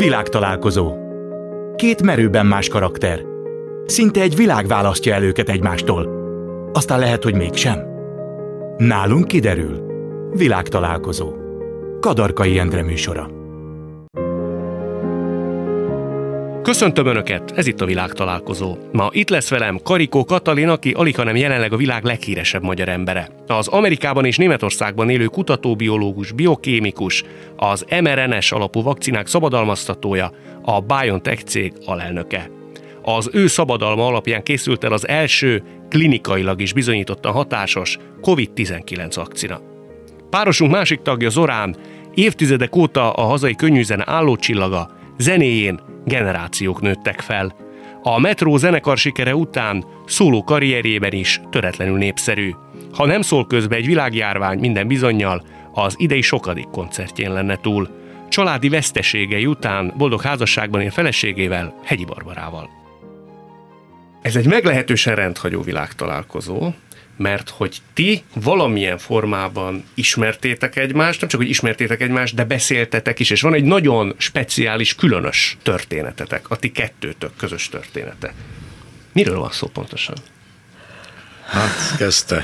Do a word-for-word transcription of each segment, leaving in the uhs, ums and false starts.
Világtalálkozó. Két merőben más karakter. Szinte egy világ választja el őket egymástól. Aztán lehet, hogy mégsem. Nálunk kiderül. Világtalálkozó. Kadarkai Endre műsora. Köszöntöm Önöket, ez itt a Világtalálkozó. Ma itt lesz velem Karikó Katalin, aki alighanem jelenleg a világ leghíresebb magyar embere. Az Amerikában és Németországban élő kutatóbiológus, biokémikus, az em er en es alapú vakcinák szabadalmaztatója, a BioNTech cég alelnöke. Az ő szabadalma alapján készült el az első, klinikailag is bizonyítottan hatásos kovid tizenkilenc vakcina. Párosunk másik tagja Zorán, évtizedek óta a hazai könnyűzene állócsillaga, zenéjén generációk nőttek fel. A Metró zenekar sikere után szóló karrierjében is töretlenül népszerű. Ha nem szól közbe egy világjárvány, minden bizonnyal az idei sokadik koncertjén lenne túl. Családi veszteségei után boldog házasságban él feleségével, Hegyi Barbarával. Ez egy meglehetősen rendhagyó világtalálkozó, mert hogy ti valamilyen formában ismertétek egymást, nem csak, hogy ismertétek egymást, de beszéltetek is, és van egy nagyon speciális, különös történetetek, a ti kettőtök közös története. Miről van szó pontosan? Hát, kezdte.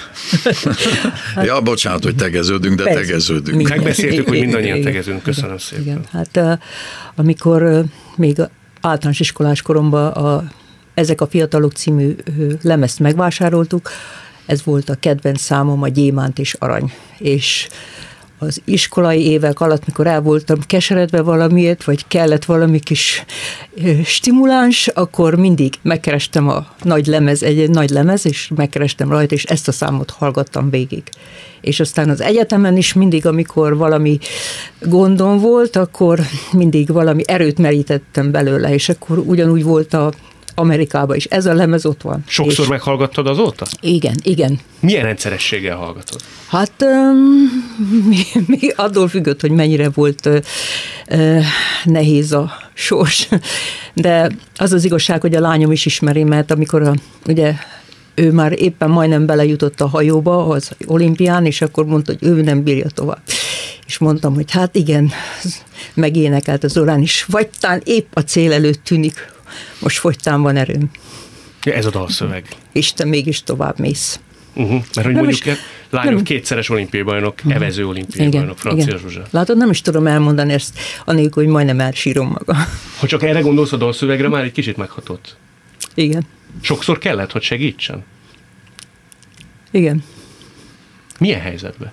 Ja, bocsánat, hogy tegeződünk, de Persze. tegeződünk. Minden. Megbeszéltük, hogy mindannyian tegezünk. Köszönöm szépen. Igen. Hát amikor még általános iskolás koromban a Ezek a fiatalok című lemezt megvásároltuk, ez volt a kedvenc számom, a Gyémánt és Arany. És az iskolai évek alatt, mikor el voltam keseredve valamiért, vagy kellett valami kis stimuláns, akkor mindig megkerestem a nagy lemez, egy nagy lemez, és megkerestem rajta, és ezt a számot hallgattam végig. És aztán az egyetemen is mindig, amikor valami gondom volt, akkor mindig valami erőt merítettem belőle, és akkor ugyanúgy volt a Amerikában is. Ez a lemez ott van. Sokszor és meghallgattad azóta? Igen, igen. Milyen rendszerességgel hallgatod? Hát um, mi, mi attól függött, hogy mennyire volt uh, uh, nehéz a sors. De az az igazság, hogy a lányom is ismeri, mert amikor a, ugye ő már éppen majdnem belejutott a hajóba az olimpián, és akkor mondta, hogy ő nem bírja tovább. És mondtam, hogy hát igen, megénekelt az Zorán is, vagy tán épp a cél előtt tűnik, most fogytán van erőm. Ja, ez a dalszöveg. És te mégis tovább mész. Uh-huh. Mert hogy nem mondjuk is, lányom nem, kétszeres olimpiai bajnok, uh-huh. evező olimpiai igen, bajnok, Francia igen. Zsuzsa. Látod, nem is tudom elmondani ezt, anélkül, hogy majdnem elsírom magam. Ha csak erre gondolsz a dalszövegre, már egy kicsit meghatott. Igen. Sokszor kellett, hogy segítsen? Igen. Milyen helyzetben?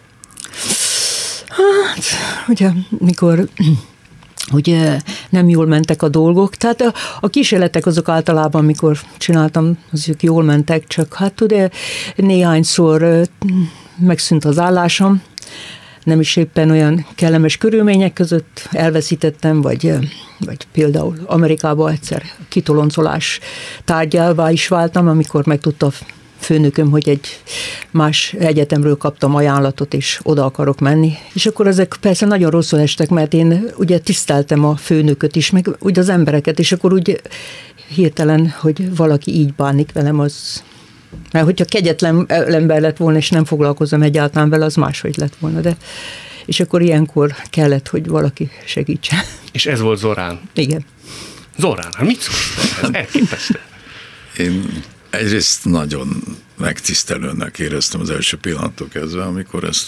Hát, ugye, mikor... hogy nem jól mentek a dolgok. Tehát a, a kísérletek azok általában, amikor csináltam, azok jól mentek, csak hát ugye néhányszor megszűnt az állásom, nem is éppen olyan kellemes körülmények között elveszítettem, vagy, vagy például Amerikában egyszer kitoloncolás tárgyává is váltam, amikor megtudta főnököm, hogy egy más egyetemről kaptam ajánlatot, és oda akarok menni. És akkor ezek persze nagyon rosszul estek, mert én ugye tiszteltem a főnököt is, meg úgy az embereket, és akkor úgy hirtelen, hogy valaki így bánik velem, az... Mert hogyha kegyetlen ember lett volna, és nem foglalkozom egyáltalán vele, az máshogy lett volna, de... És akkor ilyenkor kellett, hogy valaki segítsen. És ez volt Zorán? Igen. Zorán, hát mit szólsz? Ez elképesztő. Én... Egyrészt nagyon megtisztelőnek éreztem az első pillanattól kezdve, amikor ezt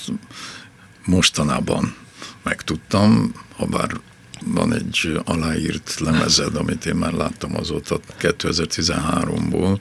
mostanában megtudtam, habár van egy aláírt lemezed, amit én már láttam azóta kétezer-tizenháromból,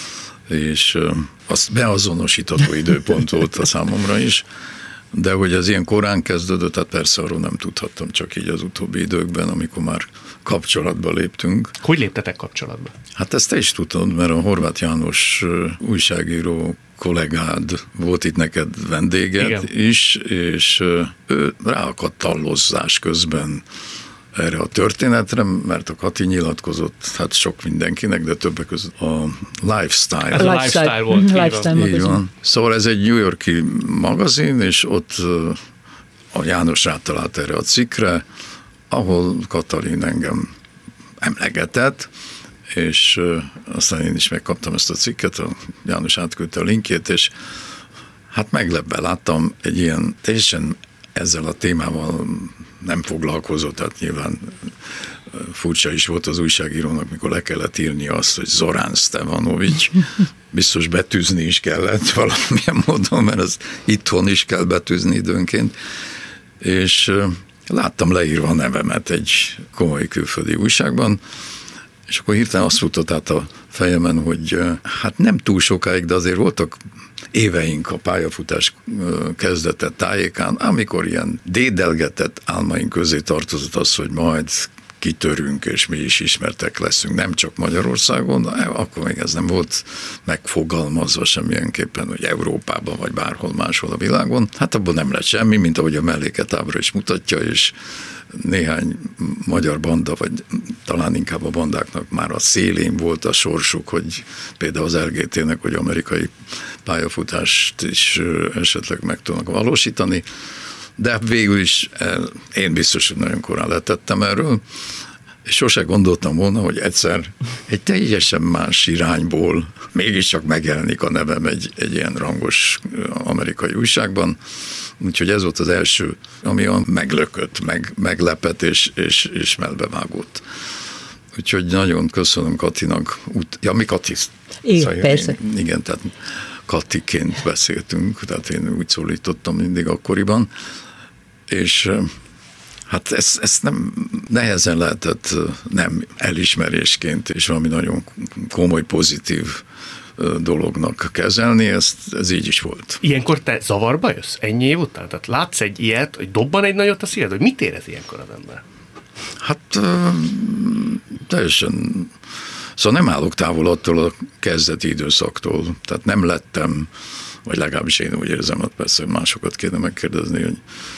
és azt beazonosítható időpont volt a számomra is, de hogy ez ilyen korán kezdődött, tehát persze arról nem tudhattam, csak így az utóbbi időkben, amikor már kapcsolatba léptünk. Hogy léptetek kapcsolatba? Hát ezt te is tudod, mert a Horváth János újságíró kollégád volt itt neked vendéged Igen. is, és ő ráakadt tallozzás közben erre a történetre, mert a Kati nyilatkozott, hát sok mindenkinek, de többek között a Lifestyle. Ez a Lifestyle volt. Mm, lifestyle így van. Szóval ez egy New York-i magazin, és ott a János rátalált erre a cikkre, ahol Katalin engem emlegetett, és aztán én is megkaptam ezt a cikket, a János átküldte a linkjét, és hát meglepve láttam egy ilyen teljesen ezzel a témával nem foglalkozott, tehát nyilván furcsa is volt az újságírónak, mikor le kellett írni azt, hogy Zorán Stevanovics, biztos betűzni is kellett valamilyen módon, mert az itthon is kell betűzni időnként, és láttam leírva a nevemet egy komoly külföldi újságban, és akkor hirtelen azt futott át a fejemen, hogy hát nem túl sokáig, de azért voltak éveink a pályafutás kezdete tájékán, amikor ilyen dédelgetett álmaink közé tartozott az, hogy majd kitörünk, és mi is ismertek leszünk, nem csak Magyarországon, de akkor még ez nem volt megfogalmazva semmilyenképpen, hogy Európában, vagy bárhol máshol a világon. Hát abban nem lett semmi, mint ahogy a melléket ábra is mutatja, és néhány magyar banda, vagy talán inkább a bandáknak már a szélén volt a sorsuk, hogy például az el gé té-nek, hogy amerikai pályafutást is esetleg meg tudnak valósítani, de végül is én biztos, hogy nagyon korán letettem erről, és sose gondoltam volna, hogy egyszer egy teljesen más irányból mégiscsak megjelenik a nevem egy, egy ilyen rangos amerikai újságban, úgyhogy ez volt az első, ami a meglökött, meg, meglepett és, és, és melbevágott. Úgyhogy nagyon köszönöm Katinak. Ja, mi Kati? Igen, szóval persze. Én, igen, tehát Katiként beszéltünk, tehát én úgy szólítottam mindig akkoriban, és hát ezt, ezt nem nehezen lehetett nem elismerésként, és valami nagyon komoly, pozitív dolognak kezelni, ez, ez így is volt. Ilyenkor te zavarba jössz? Ennyi év után? Tehát látsz egy ilyet, hogy dobban egy nagyot a szíved, hogy mit érez ilyenkor az ember? Hát teljesen, szóval nem állok távol attól a kezdeti időszaktól, tehát nem lettem, vagy legalábbis én úgy érzem, hogy persze másokat kéne megkérdezni, hogy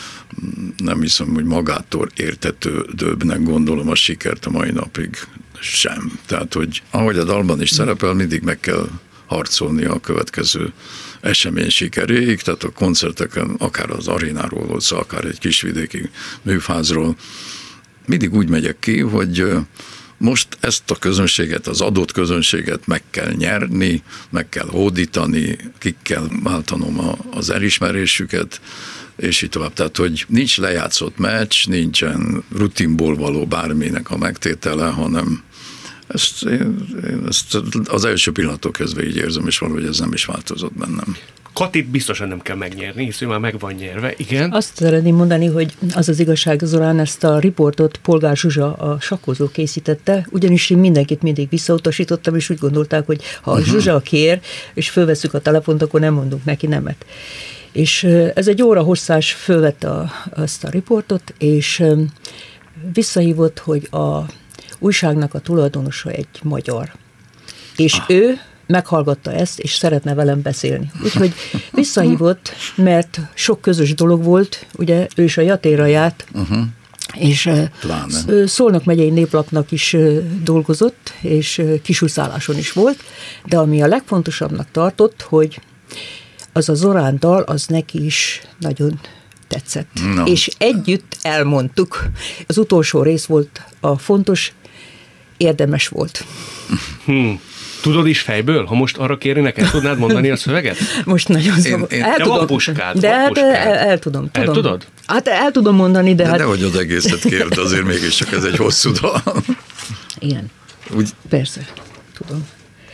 nem hiszem, hogy magától értetődőbbnek gondolom a sikert a mai napig sem. Tehát, hogy ahogy a dalban is szerepel, mindig meg kell harcolni a következő esemény sikeréig, tehát a koncerteken, akár az arénáról volt szó, akár egy kisvidéki műfázról, mindig úgy megyek ki, hogy most ezt a közönséget, az adott közönséget meg kell nyerni, meg kell hódítani, ki kell váltanom az elismerésüket, és így tovább. Tehát, hogy nincs lejátszott meccs, nincsen rutinból való bárminek a megtétele, hanem ezt, én, én ezt az első pillanattól kezdve így érzem, és valahogy ez nem is változott bennem. Katit biztosan nem kell megnyerni, hisz ő már meg van nyerve, igen. Azt szeretném mondani, hogy az az igazság, Zorán, ezt a riportot Polgár Zsuzsa, a sakkozó készítette, ugyanis én mindenkit mindig visszautasítottam, és úgy gondolták, hogy ha a Zsuzsa kér, és fölveszük a telefont, akkor nem mondunk neki nemet. És ez egy óra hosszás, fölvette a, azt a riportot, és visszahívott, hogy a újságnak a tulajdonosa egy magyar. És ah. ő meghallgatta ezt, és szeretne velem beszélni. Úgyhogy visszahívott, mert sok közös dolog volt, ugye ő is a Jatéra járt, uh-huh. és Pláne. Szolnok megyei néplapnak is dolgozott, és kisúszáláson is volt, de ami a legfontosabbnak tartott, hogy az a Zorán dal, az neki is nagyon tetszett. No. És együtt elmondtuk. Az utolsó rész volt a fontos, érdemes volt. Hmm. Tudod is fejből? Ha most arra kérnének, el tudnád mondani a szöveget? Most nagyon szabad. El ja, tudom. Van puskád, de van hát puskád. El, el tudom. tudom. El tudod? Hát el tudom mondani, de, de hát... nehogy az egészet kérd, azért mégiscsak ez egy hosszú dal. Igen. Úgy... Persze, tudom.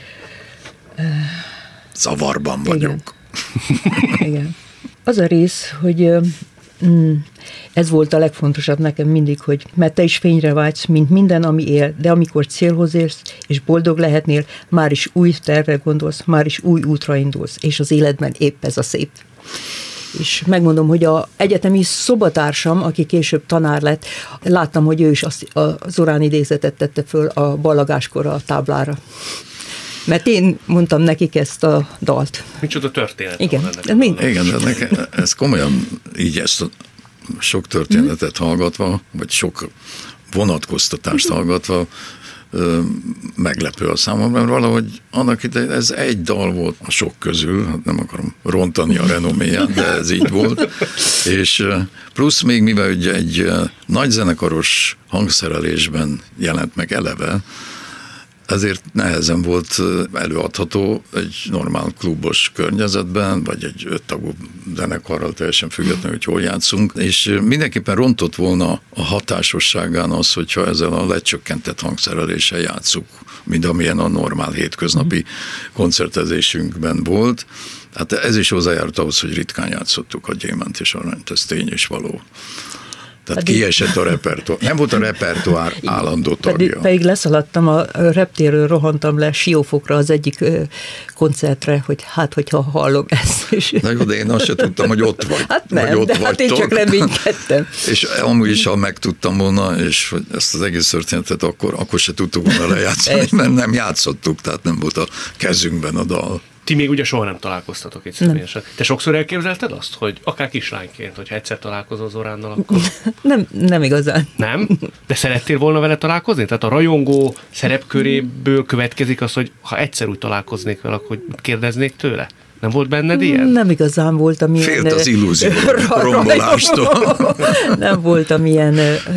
Zavarban vagyok. Igen. Igen. Az a rész, hogy mm, ez volt a legfontosabb nekem mindig, hogy mert te is fényre vágysz, mint minden, ami él, de amikor célhoz érsz, és boldog lehetnél, már is új tervre gondolsz, már is új útra indulsz, és az életben épp ez a szép. És megmondom, hogy a egyetemi szobatársam, aki később tanár lett, láttam, hogy ő is azt, a Zorán idézetet tette föl a ballagáskor a táblára. Mert én mondtam nekik ezt a dalt. Micsoda történet. Igen. Mind... Igen, de nekem, ez komolyan így ezt a sok történetet hallgatva, vagy sok vonatkoztatást hallgatva meglepő a számomra, mert valahogy annak idején ez egy dal volt a sok közül, hát nem akarom rontani a renoméját, de ez így volt, és plusz még mivel ugye egy nagy zenekaros hangszerelésben jelent meg eleve, ezért nehezen volt előadható egy normál klubos környezetben, vagy egy öttagú zenekarral teljesen függetlenül, hogy hol játszunk, és mindenképpen rontott volna a hatásosságán az, hogyha ezzel a lecsökkentett hangszereléssel játszuk, mint amilyen a normál hétköznapi koncertezésünkben volt. Hát ez is hozzájárt ahhoz, hogy ritkán játszottuk a gyémánt és aranyt, ez tény és való. Tehát pedig kiesett a repertoár. Nem volt a repertoár állandó tagja. Pedig, pedig leszaladtam a reptérről, rohantam le Siófokra az egyik koncertre, hogy hát, hogyha hallom ezt. Na jó, de én azt sem tudtam, hogy ott vagy. Hát nem, vagy ott de hát én csak reménykedtem. És amúgy is, ha megtudtam volna, és hogy ezt az egész történetet akkor, akkor se tudtuk volna lejátszani, mert nem játszottuk, tehát nem volt a kezünkben a dal. Ti még ugye soha nem találkoztatok itt személyesen. Te sokszor elképzelted azt, hogy akár kislányként, hogyha egyszer találkozol Zoránnal, akkor... Nem, nem igazán. Nem? De szerettél volna vele találkozni? Tehát a rajongó szerepköréből következik az, hogy ha egyszer úgy találkoznék vele, akkor kérdeznék tőle? Nem volt benned ilyen? Nem igazán voltam ilyen... Félt az illúzió rombolástól. Nem voltam ilyen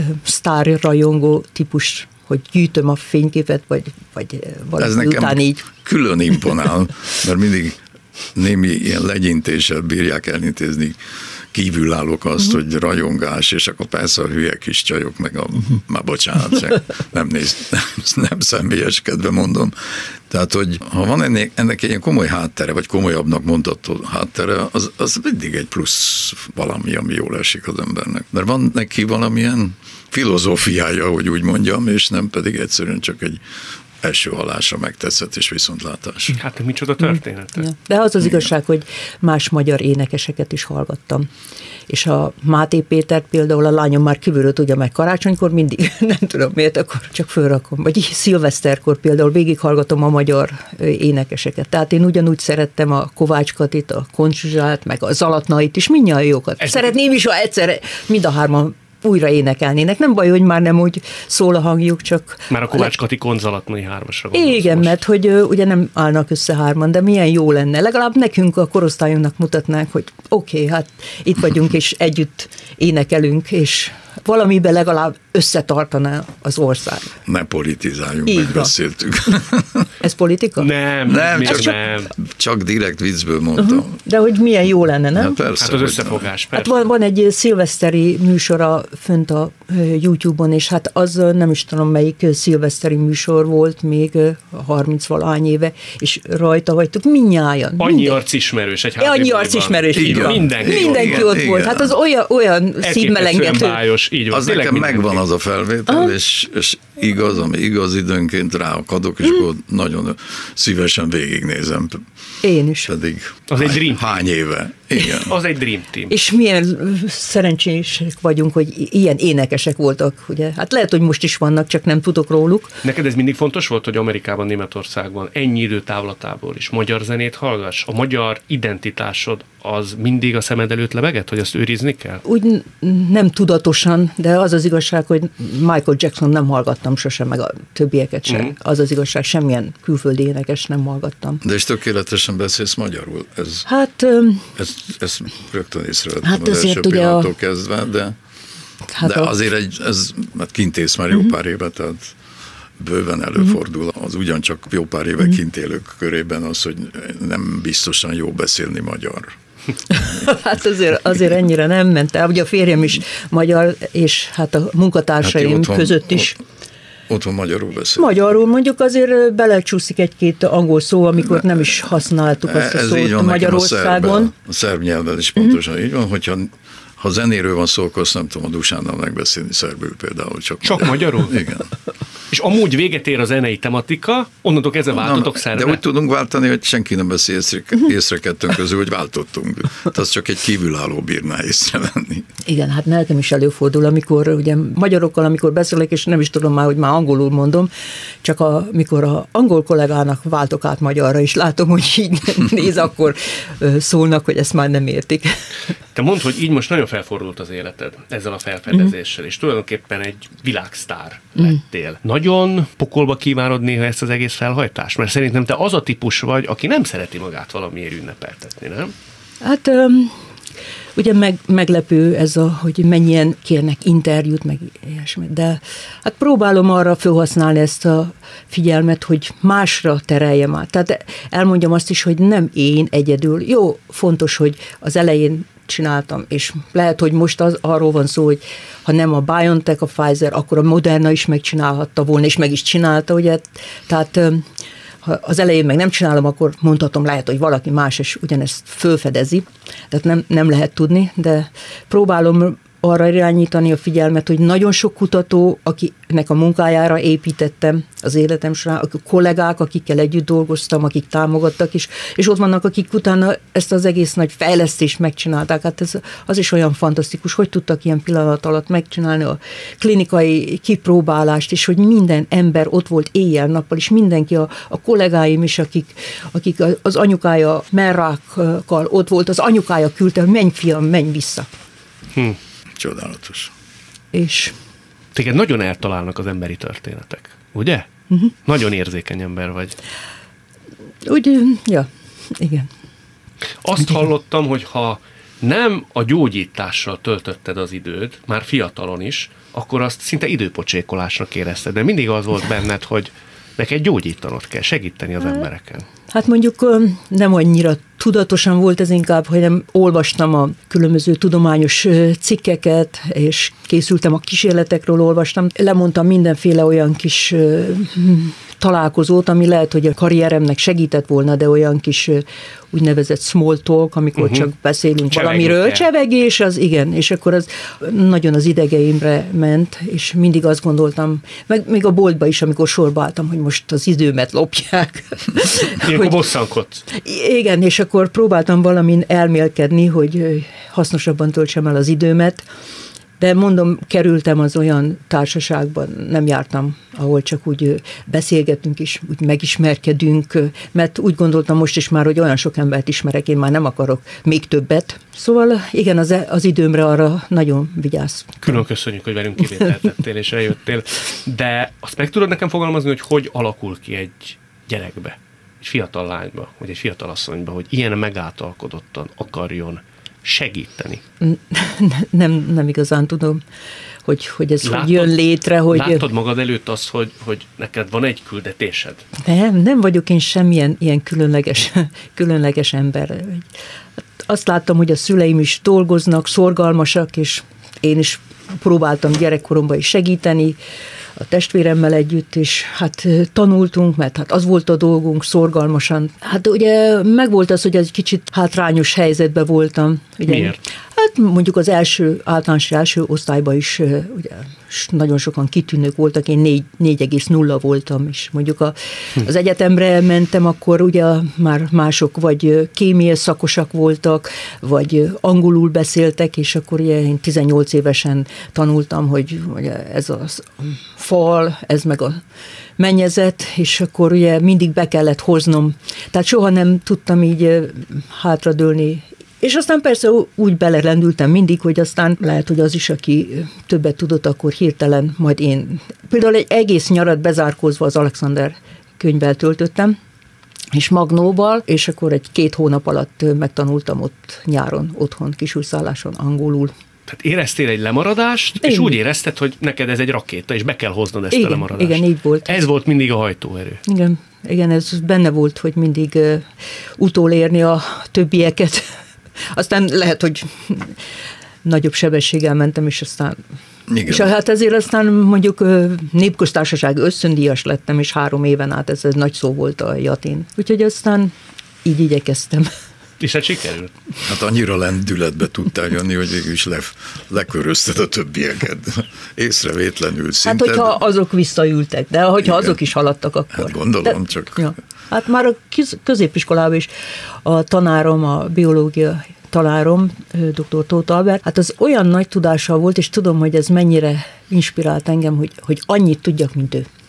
sztár rajongó típus, hogy gyűjtöm a fényképet, vagy, vagy valami után így. Külön imponál, mert mindig némi ilyen legyintéssel bírják elintézni kívülállók azt, uh-huh. hogy rajongás, és akkor persze a hülye kis csajok, meg a, uh-huh. már bocsánat, csak nem néz, nem, nem személyeskedve mondom. Tehát, hogy ha van ennek, ennek egy ilyen komoly háttere, vagy komolyabbnak mondható háttere, az, az mindig egy plusz valami, ami jól esik az embernek. Mert van neki valamilyen filozófiája, hogy úgy mondjam, és nem pedig egyszerűen csak egy első hallásra megtetszett és viszontlátás. Hát micsoda történet. Ja. De az az igazság, hogy más magyar énekeseket is hallgattam. És a Máté Pétert például a lányom már kívülről tudja, meg karácsonykor mindig, nem tudom miért, akkor csak fölrakom. Vagy szilveszterkor például végighallgatom a magyar énekeseket. Tehát én ugyanúgy szerettem a Kovács Katit, a Koncsuzsát, meg a Zalatnait is, mindjárt jókat. Ez Szeretném is, ha egyszer mind a hárman újra énekelnének. Nem baj, hogy már nem úgy szól a hangjuk, csak... Már a Kovács Kati Konzalatnai hármasra gondolsz. Igen, most. Mert hogy ugye nem állnak össze hárman, de milyen jó lenne. Legalább nekünk a korosztályunknak mutatnánk, hogy oké, okay, hát itt vagyunk, és együtt énekelünk, és valamiben legalább összetartaná az ország. Ne politizáljunk, megbeszéltük. Ez politika? Nem, nem, csak, csak, nem. Csak direkt viccből mondtam. Uh-huh. De hogy milyen jó lenne, nem? Hát, persze, hát az összefogás, persze. Hát van, van egy szilveszteri műsora fönt a YouTube-on, és hát az nem is tudom, melyik szilveszteri műsor volt még harminc-valahány éve, és rajta vagytok mindnyájan. Annyi arcismerős egy Annyi arcismerős, így van. Mindenki, Mindenki igen, ott igen. volt. Hát az olyan, olyan szívmelengető. Így van, az nekem megvan az a felvétel, ah. és, és igaz, ami igaz, időnként ráakadok, és mm. akkor nagyon szívesen végignézem. Én is. Pedig az hány, egy dream hány éve. Igen. Az egy dream team. És milyen szerencsések vagyunk, hogy ilyen énekesek voltak, ugye? Hát lehet, hogy most is vannak, csak nem tudok róluk. Neked ez mindig fontos volt, hogy Amerikában, Németországban ennyi idő távlatából is magyar zenét hallgass? A magyar identitásod az mindig a szemed előtt lebegett, hogy azt őrizni kell? Úgy nem tudatosan, de az az igazság, hogy Michael Jackson nem hallgattam sosem, meg a többieket sem. Mm. Az az igazság, semmilyen külföldi énekes nem hallgattam. De és tökéletesen beszélsz magyarul. Ez, hát... Ez, ezt rögtön észrevettem hát az első pillanattól a... kezdve, de, hát de a... azért egy, ez, mert kint élsz már jó uh-huh. pár éve, tehát bőven előfordul az ugyancsak jó pár éve uh-huh. kint élők körében az, hogy nem biztosan jó beszélni magyar. Hát azért, azért ennyire nem ment el. Ugye a férjem is magyar, és hát a munkatársaim hát otthon, között is. Otthon magyarul beszél. Magyarul mondjuk azért belecsúszik egy-két angol szó, amikor nem is használtuk azt a ez szót így van Magyarországon. A szerb nyelven is pontosan uh-huh. így van, hogyha ha zenéről van szó, akkor azt nem tudom a Dusánnal megbeszélni szerbül például. Csak, csak magyarul? magyarul? Igen. És amúgy véget ér a zenei tematika, onnantól kezdve váltotok szerve? De úgy tudunk váltani, hogy senki nem veszi észre, észre kettőnk közül, hogy váltottunk. Tehát az csak egy kívülálló bírná észrevenni. Igen, hát nekem is előfordul, amikor ugye magyarokkal, amikor beszélek, és nem is tudom már, hogy már angolul mondom, csak amikor a angol kollégának váltok át magyarra, és látom, hogy így néz, akkor szólnak, hogy ezt már nem értik. Te mondd, hogy így most nagyon felfordult az életed ezzel a felfedezéssel, mm. és tulajdonképpen egy világsztár mm. lettél. Nagyon pokolba kívánod néha ezt az egész felhajtást? Mert szerintem te az a típus vagy, aki nem szereti magát valamiért ünnepeltetni, nem? Hát um, ugye meg, meglepő ez, a, hogy mennyien kérnek interjút, meg ilyesmit, de hát próbálom arra felhasználni ezt a figyelmet, hogy másra tereljem át. Tehát elmondjam azt is, hogy nem én egyedül. Jó, fontos, hogy az elején csináltam, és lehet, hogy most az, arról van szó, hogy ha nem a BioNTech, a Pfizer, akkor a Moderna is megcsinálhatta volna, és meg is csinálta, ugye, tehát ha az elején meg nem csinálom, akkor mondhatom, lehet, hogy valaki más is ugyanezt fölfedezi, tehát nem, nem lehet tudni, de próbálom arra irányítani a figyelmet, hogy nagyon sok kutató, akinek a munkájára építettem az életem során, a kollégák, akikkel együtt dolgoztam, akik támogattak is, és ott vannak, akik utána ezt az egész nagy fejlesztést megcsinálták. Hát ez az is olyan fantasztikus, hogy tudtak ilyen pillanat alatt megcsinálni a klinikai kipróbálást, és hogy minden ember ott volt éjjel-nappal, és mindenki, a, a kollégáim is, akik, akik az anyukája merrákkal ott volt, az anyukája küldte, hogy menj fiam, menj vissza. Hm. Csodálatos. És téged nagyon eltalálnak az emberi történetek, ugye? Uh-huh. Nagyon érzékeny ember vagy. Úgy, ja, igen. Azt hallottam, hogy ha nem a gyógyítással töltötted az időd, már fiatalon is, akkor azt szinte időpocsékolásnak érezted. De mindig az volt benned, hogy neked gyógyítanod kell, segíteni az embereken. Hát mondjuk nem annyira tudatosan volt ez inkább, hogy nem olvastam a különböző tudományos cikkeket, és készültem a kísérletekről, olvastam. Lemondtam mindenféle olyan kis találkozót, ami lehet, hogy a karrieremnek segített volna, de olyan kis úgynevezett small talk, amikor uh-huh. csak beszélünk Csevegünk valamiről. el. Csevegés, az igen, és akkor az nagyon az idegeimre ment, és mindig azt gondoltam, meg még a boltba is, amikor sorba álltam, hogy most az időmet lopják. Ilyenkor bosszankodsz. Igen, és akkor próbáltam valamin elmélkedni, hogy hasznosabban töltsem el az időmet, de mondom, kerültem az olyan társaságban, nem jártam, ahol csak úgy beszélgetünk is, úgy megismerkedünk, mert úgy gondoltam most is már, hogy olyan sok embert ismerek, én már nem akarok még többet. Szóval igen, az, az időmre arra nagyon vigyázz. Külön köszönjük, hogy velünk kivételtettél és eljöttél. De azt meg tudod nekem fogalmazni, hogy hogy alakul ki egy gyerekbe, egy fiatal lányba, vagy egy fiatal asszonyba, hogy ilyen megáltalkodottan akarjon segíteni? Nem, nem igazán tudom, hogy, hogy ez látod, hogy jön létre. Hogy... Látod magad előtt azt, hogy, hogy neked van egy küldetésed? Nem, nem vagyok én semmilyen ilyen különleges, különleges ember. Azt láttam, hogy a szüleim is dolgoznak, szorgalmasak, és én is próbáltam gyerekkoromban is segíteni, a testvéremmel együtt, és hát tanultunk, mert hát az volt a dolgunk szorgalmasan. Hát ugye megvolt az, hogy egy kicsit hátrányos helyzetben voltam. Ugye, miért? Hát mondjuk az első, általános első osztályban is ugye, nagyon sokan kitűnők voltak, én négy, négy egész nulla voltam, és mondjuk a, az egyetemre mentem, akkor ugye már mások vagy kémia szakosak voltak, vagy angolul beszéltek, és akkor ugye én tizennyolc évesen tanultam, hogy ugye ez a fal, ez meg a mennyezet, és akkor ugye mindig be kellett hoznom. Tehát soha nem tudtam így hátradőlni. És aztán persze úgy belerendültem mindig, hogy aztán lehet, hogy az is, aki többet tudott, akkor hirtelen majd én. Például egy egész nyarat bezárkózva az Alexander könyvvel töltöttem, és Magnóval, és akkor egy két hónap alatt megtanultam ott nyáron, otthon, kisújszálláson, angolul. Tehát éreztél egy lemaradást, én. És úgy érezted, hogy neked ez egy rakéta, és be kell hoznod ezt igen, a lemaradást. Igen, így volt. Ez volt mindig a hajtóerő. Igen, igen, ez benne volt, hogy mindig uh, utolérni a többieket. Aztán lehet, hogy nagyobb sebességgel mentem, és aztán... Igen. És hát ezért aztán mondjuk népköztársaság ösztöndíjas lettem, és három éven át ez egy nagy szó volt a jatin. Úgyhogy aztán így igyekeztem. És hát sikerült. Hát annyira lendületbe tudtál jönni, hogy végül is le, lekörözted a többieket. Észrevétlenül szinte. Hát, hogyha azok visszaültek, de hogyha igen. azok is haladtak, akkor. Hát gondolom, de, csak... Ja. Hát már a középiskolában is a tanárom, a biológia tanárom, dr. Tóth Albert, hát az olyan nagy tudással volt, és tudom, hogy ez mennyire inspirált engem, hogy, hogy annyit tudjak, mint ő.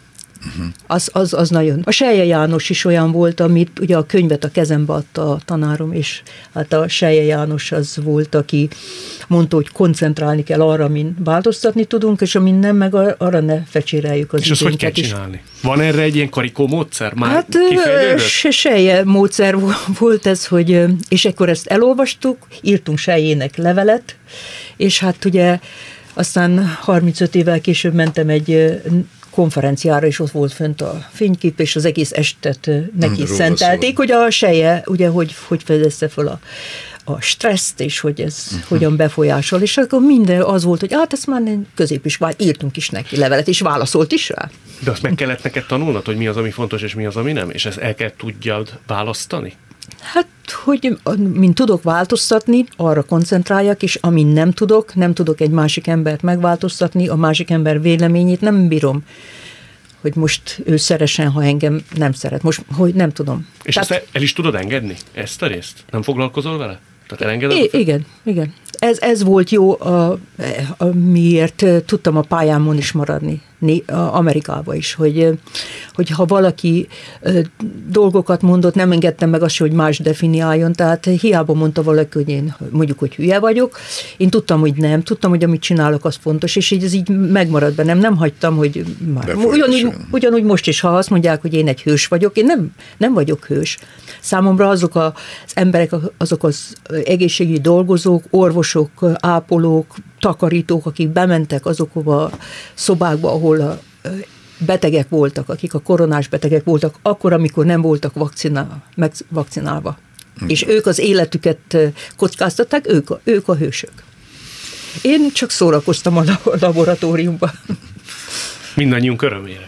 Uh-huh. Az, az, az nagyon. A Selye János is olyan volt, amit ugye a könyvet a kezembe adta a tanárom, és hát a Selye János az volt, aki mondta, hogy koncentrálni kell arra, amin változtatni tudunk, és amin nem, meg arra ne fecséreljük az és azt hogy kell csinálni? Van erre egy ilyen karikó módszer? Már hát Selye módszer volt ez, hogy, és ekkor ezt elolvastuk, írtunk Selyének levelet, és hát ugye aztán harmincöt évvel később mentem egy konferenciára, és ott volt fönt a fénykép, és az egész estet neki hmm, szentelték, hogy a Selye, ugye, hogy, hogy fedezte fel a, a stresszt, és hogy ez uh-huh. hogyan befolyásol, és akkor minden az volt, hogy hát ezt már közép is, írtunk is neki levelet, és válaszolt is rá. De azt meg kellett neked tanulnod, hogy mi az, ami fontos, és mi az, ami nem? És ezt el kell tudjad választani? Hát, hogy mint tudok változtatni, arra koncentráljak, és amin nem tudok, nem tudok egy másik embert megváltoztatni, a másik ember véleményét nem bírom, hogy most ő szeresen, ha engem nem szeret. Most, hogy nem tudom. És Tehát, ezt el is tudod engedni, ezt a részt? Nem foglalkozol vele? Tehát elengeded? I- igen, igen. Ez, ez volt jó, a, a, miért tudtam a pályámon is maradni, Amerikába is, hogy, hogy ha valaki dolgokat mondott, nem engedtem meg azt, hogy más definiáljon, tehát hiába mondta valaki, hogy én mondjuk, hogy hülye vagyok, én tudtam, hogy nem, tudtam, hogy amit csinálok, az fontos, és így ez így megmaradt bennem, nem hagytam, hogy már, ugyanúgy, ugyanúgy most is, ha azt mondják, hogy én egy hős vagyok, én nem, nem vagyok hős. Számomra azok az emberek, azok az egészségügyi dolgozók, orvosok, ápolók, takarítók, akik bementek azokba a szobákba, ahol a betegek voltak, akik a koronás betegek voltak, akkor, amikor nem voltak vakcinál, megvakcinálva. Hmm. És ők az életüket kockáztatták, ők a, ők a hősök. Én csak szórakoztam a laboratóriumban. Mindannyiunk örömére.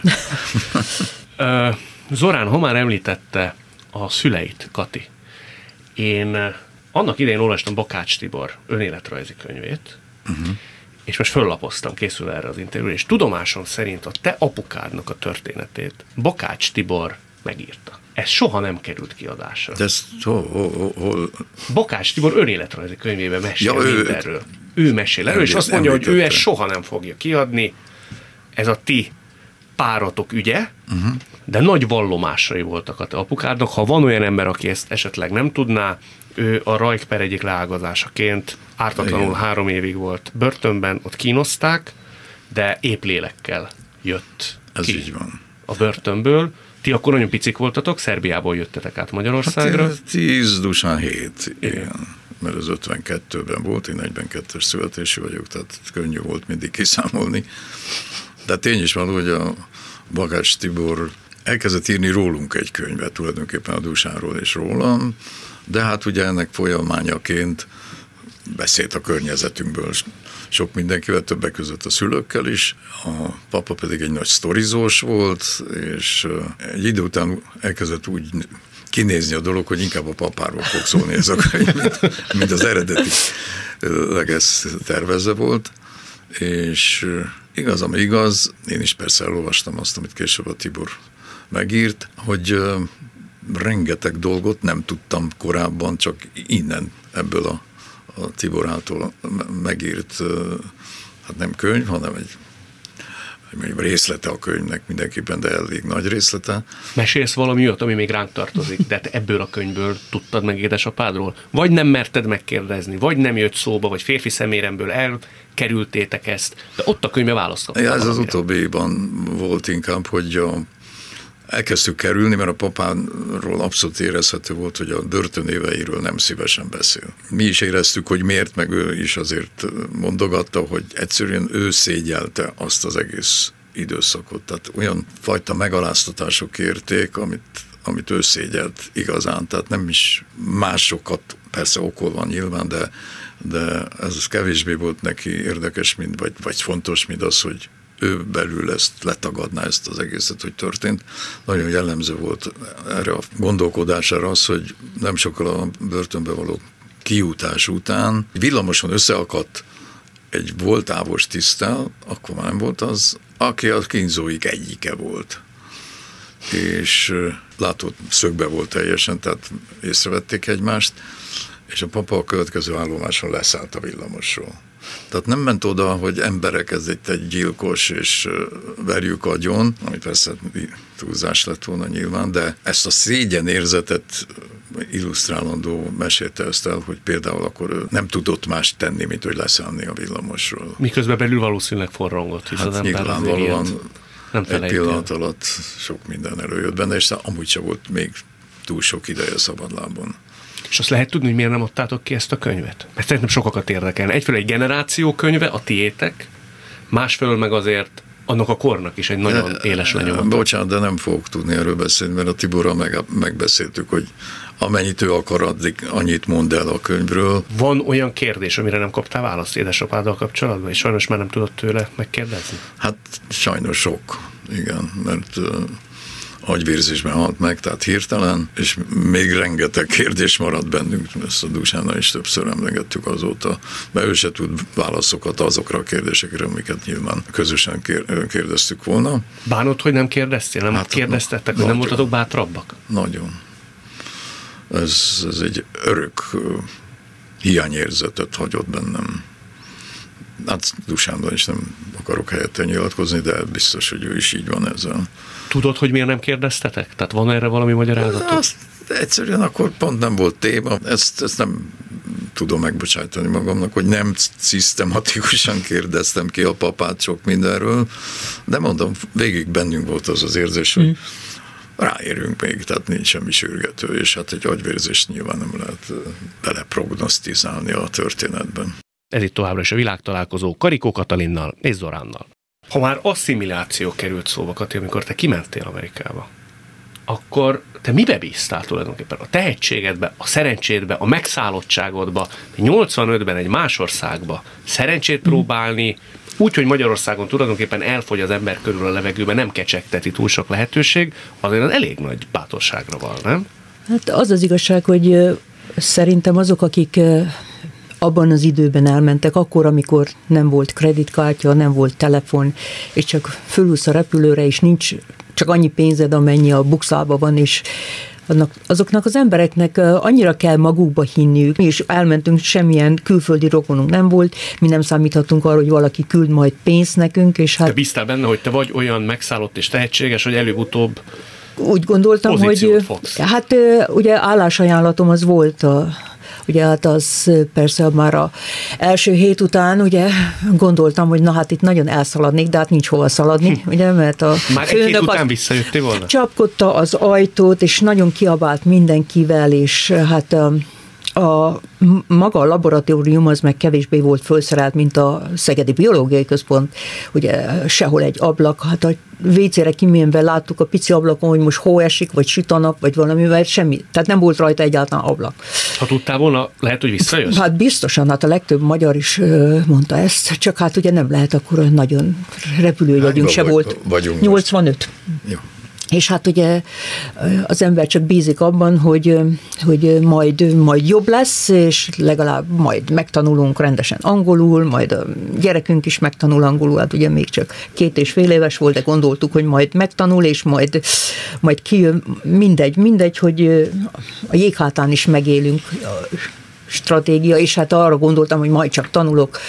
Zorán, ha már említette a szüleit, Kati, én annak idején olvastam Bakács Tibor önéletrajzi könyvét, uh-huh. és most föllapoztam, készül erre az interjú, és tudomásom szerint a te apukádnak a történetét Bakács Tibor megírta. Ez soha nem került kiadásra. De ezt hol, hol, hol? Bakács Tibor önéletrajzi könyvében mesél ja, mindenről. Ő, ő mesél erről, és azt mondja, hogy ő ezt soha nem fogja kiadni. Ez a ti páratok ügye, uh-huh. de nagy vallomásai voltak a te apukádnak. Ha van olyan ember, aki ezt esetleg nem tudná, ő a Rajk-per egyik leágazásaként ártatlanul igen. három évig volt börtönben, ott kínozták, de épp lélekkel jött Ez ki így van. a börtönből. Ti akkor nagyon picik voltatok, Szerbiából jöttetek át Magyarországra. Hát tíz, dusán hét, igen. igen. Mert az ötvenkettőben volt, én negyvenkettes születésű vagyok, tehát könnyű volt mindig kiszámolni. De tény is van, hogy a Bakács Tibor elkezdett írni rólunk egy könyvet, tulajdonképpen a Dusánról és rólam, de hát ugye ennek folyamányaként beszélt a környezetünkből sok mindenkivel, többek között a szülőkkel is. A papa pedig egy nagy sztorizós volt, és egy idő után elkezdett úgy kinézni a dolog, hogy inkább a papáról fog szólni ez a könyv, mint, mint az eredeti legesz tervezve volt. És igaz, ami igaz, én is persze elolvastam azt, amit később a Tibor megírt, hogy rengeteg dolgot nem tudtam korábban, csak innen, ebből a, a Tibor által megírt, hát nem könyv, hanem egy, egy részlete a könyvnek mindenképpen, de elég nagy részlete. Mesélsz valami olyat, ami még ránk tartozik, de te ebből a könyvből tudtad meg édesapádról? Vagy nem merted megkérdezni, vagy nem jött szóba, vagy férfi szeméremből elkerültétek ezt, de ott a könyvbe választottam. Ja, ez az utóbbiban volt inkább, hogy a elkezdtük kerülni, mert a papáról abszolút érezhető volt, hogy a börtönéveiről nem szívesen beszél. Mi is éreztük, hogy miért, meg ő is azért mondogatta, hogy egyszerűen ő szégyelte azt az egész időszakot. Tehát olyan fajta megaláztatások érték, amit, amit ő szégyelt igazán. Tehát nem is másokat, persze okol van nyilván, de, de ez kevésbé volt neki érdekes, mint, vagy, vagy fontos, mint az, hogy ő belül ezt letagadná, ezt az egészet, hogy történt. Nagyon jellemző volt erre a gondolkodására az, hogy nem sokkal a börtönbe való kijutás után villamoson összeakadt egy volt ávos tiszttel, akkor már nem volt az, aki a kínzóik egyike volt. És látott szögbe volt teljesen, tehát észrevették egymást, és a papa a következő állomáson leszállt a villamosról. Tehát nem ment oda, hogy emberek, ez itt egy gyilkos, és verjük agyon, ami persze túlzás lett volna nyilván, de ezt a szégyenérzetet illusztrálandó mesélte ezt el, hogy például akkor ő nem tudott más tenni, mint hogy leszállni a villamosról. Miközben belül valószínűleg forrongott, hisz hát az ember nyilvánvalóan nem egy pillanat alatt sok minden előjött benne, és amúgy sem volt még túl sok ideje szabadlábon. És azt lehet tudni, hogy miért nem adtátok ki ezt a könyvet? Mert szerintem sokakat érdekel. Egyfelől egy generáció könyve, a tiétek, másfelől meg azért annak a kornak is egy nagyon de, éles lenyomata. Bocsánat, de nem fogok tudni erről beszélni, mert a Tiborral meg, megbeszéltük, hogy amennyit ő akar, addig annyit mond el a könyvről. Van olyan kérdés, amire nem kaptál választ édesapáddal kapcsolatban, és sajnos már nem tudod tőle megkérdezni? Hát sajnos sok, igen, mert uh, agyvérzésben halt meg, tehát hirtelen, és még rengeteg kérdés maradt bennünk, ezt a Dusánnal is többször emlegettük azóta, mert ő se tud válaszokat azokra a kérdésekre, amiket nyilván közösen kérdeztük volna. Bánod, hogy nem kérdeztél? Nem hát, kérdeztettek, hogy nem voltatok bátrabbak? Nagyon. Ez, ez egy örök uh, hiányérzetet hagyott bennem. Hát Dusánnal is nem akarok helyette nyilatkozni, de biztos, hogy ő is így van ezzel. Tudod, hogy miért nem kérdeztetek? Tehát van erre valami magyarázatot? Azt egyszerűen akkor pont nem volt téma. Ezt, ezt nem tudom megbocsájtani magamnak, hogy nem szisztematikusan kérdeztem ki a papát sok mindenről, de mondom, végig bennünk volt az az érzés, hogy mm. ráérünk még, tehát nincs semmi sürgető, és hát egy agyvérzést nyilván nem lehet beleprognosztizálni a történetben. Ez itt továbbra is a világtalálkozó Karikó Katalinnal és Zoránnal. Ha már asszimiláció került szóba, Kati, amikor te kimentél Amerikába, akkor te mibe bíztál tulajdonképpen? A tehetségedbe, a szerencsédbe, a megszállottságodba, nyolcvanötben egy más országba szerencsét próbálni, úgy, hogy Magyarországon tulajdonképpen elfogy az ember körül a levegőben, nem kecsegteti túl sok lehetőség, azért az elég nagy bátorságra van, nem? Hát az az igazság, hogy szerintem azok, akik abban az időben elmentek, akkor, amikor nem volt kreditkártya, nem volt telefon, és csak fölülsz a repülőre, és nincs csak annyi pénzed, amennyi a bukszába van, és annak, azoknak az embereknek annyira kell magukba hinniük. Mi is elmentünk, semmilyen külföldi rokonunk nem volt, mi nem számíthatunk arra, hogy valaki küld majd pénzt nekünk, és hát... Te bíztál benne, hogy te vagy olyan megszállott és tehetséges, hogy előbb-utóbb úgy gondoltam, hogy fogsz. Hát ugye állásajánlatom az volt a Ugye hát az persze már az első hét után ugye gondoltam, hogy na hát itt nagyon elszaladnék, de hát nincs hova szaladni, ugye, mert a már egy hét után visszajöttél volna? Csapkodta az ajtót, és nagyon kiabált mindenkivel, és hát a, a maga a laboratórium az meg kevésbé volt felszerelt, mint a Szegedi Biológiai Központ, ugye sehol egy ablak, hát a vé cére kiménve láttuk a pici ablakon, hogy most hó esik, vagy süt a nap, vagy valamivel, semmi. Tehát nem volt rajta egyáltalán ablak. Ha tudtál volna, lehet, hogy visszajössz? Hát biztosan, hát a legtöbb magyar is mondta ezt, csak hát ugye nem lehet, akkor nagyon repülőjegyünk se volt. nyolcvanöt. Jó. És hát ugye az ember csak bízik abban, hogy, hogy majd, majd jobb lesz, és legalább majd megtanulunk rendesen angolul, majd a gyerekünk is megtanul angolul, hát ugye még csak két és fél éves volt, de gondoltuk, hogy majd megtanul, és majd, majd kijön, mindegy, mindegy, hogy a jéghátán is megélünk stratégia, és hát arra gondoltam, hogy majd csak tanulok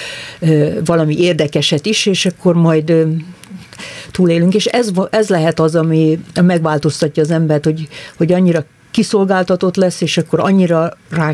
valami érdekeset is, és akkor majd túlélünk, és ez, ez lehet az, ami megváltoztatja az embert, hogy, hogy annyira kiszolgáltatott lesz, és akkor annyira rá,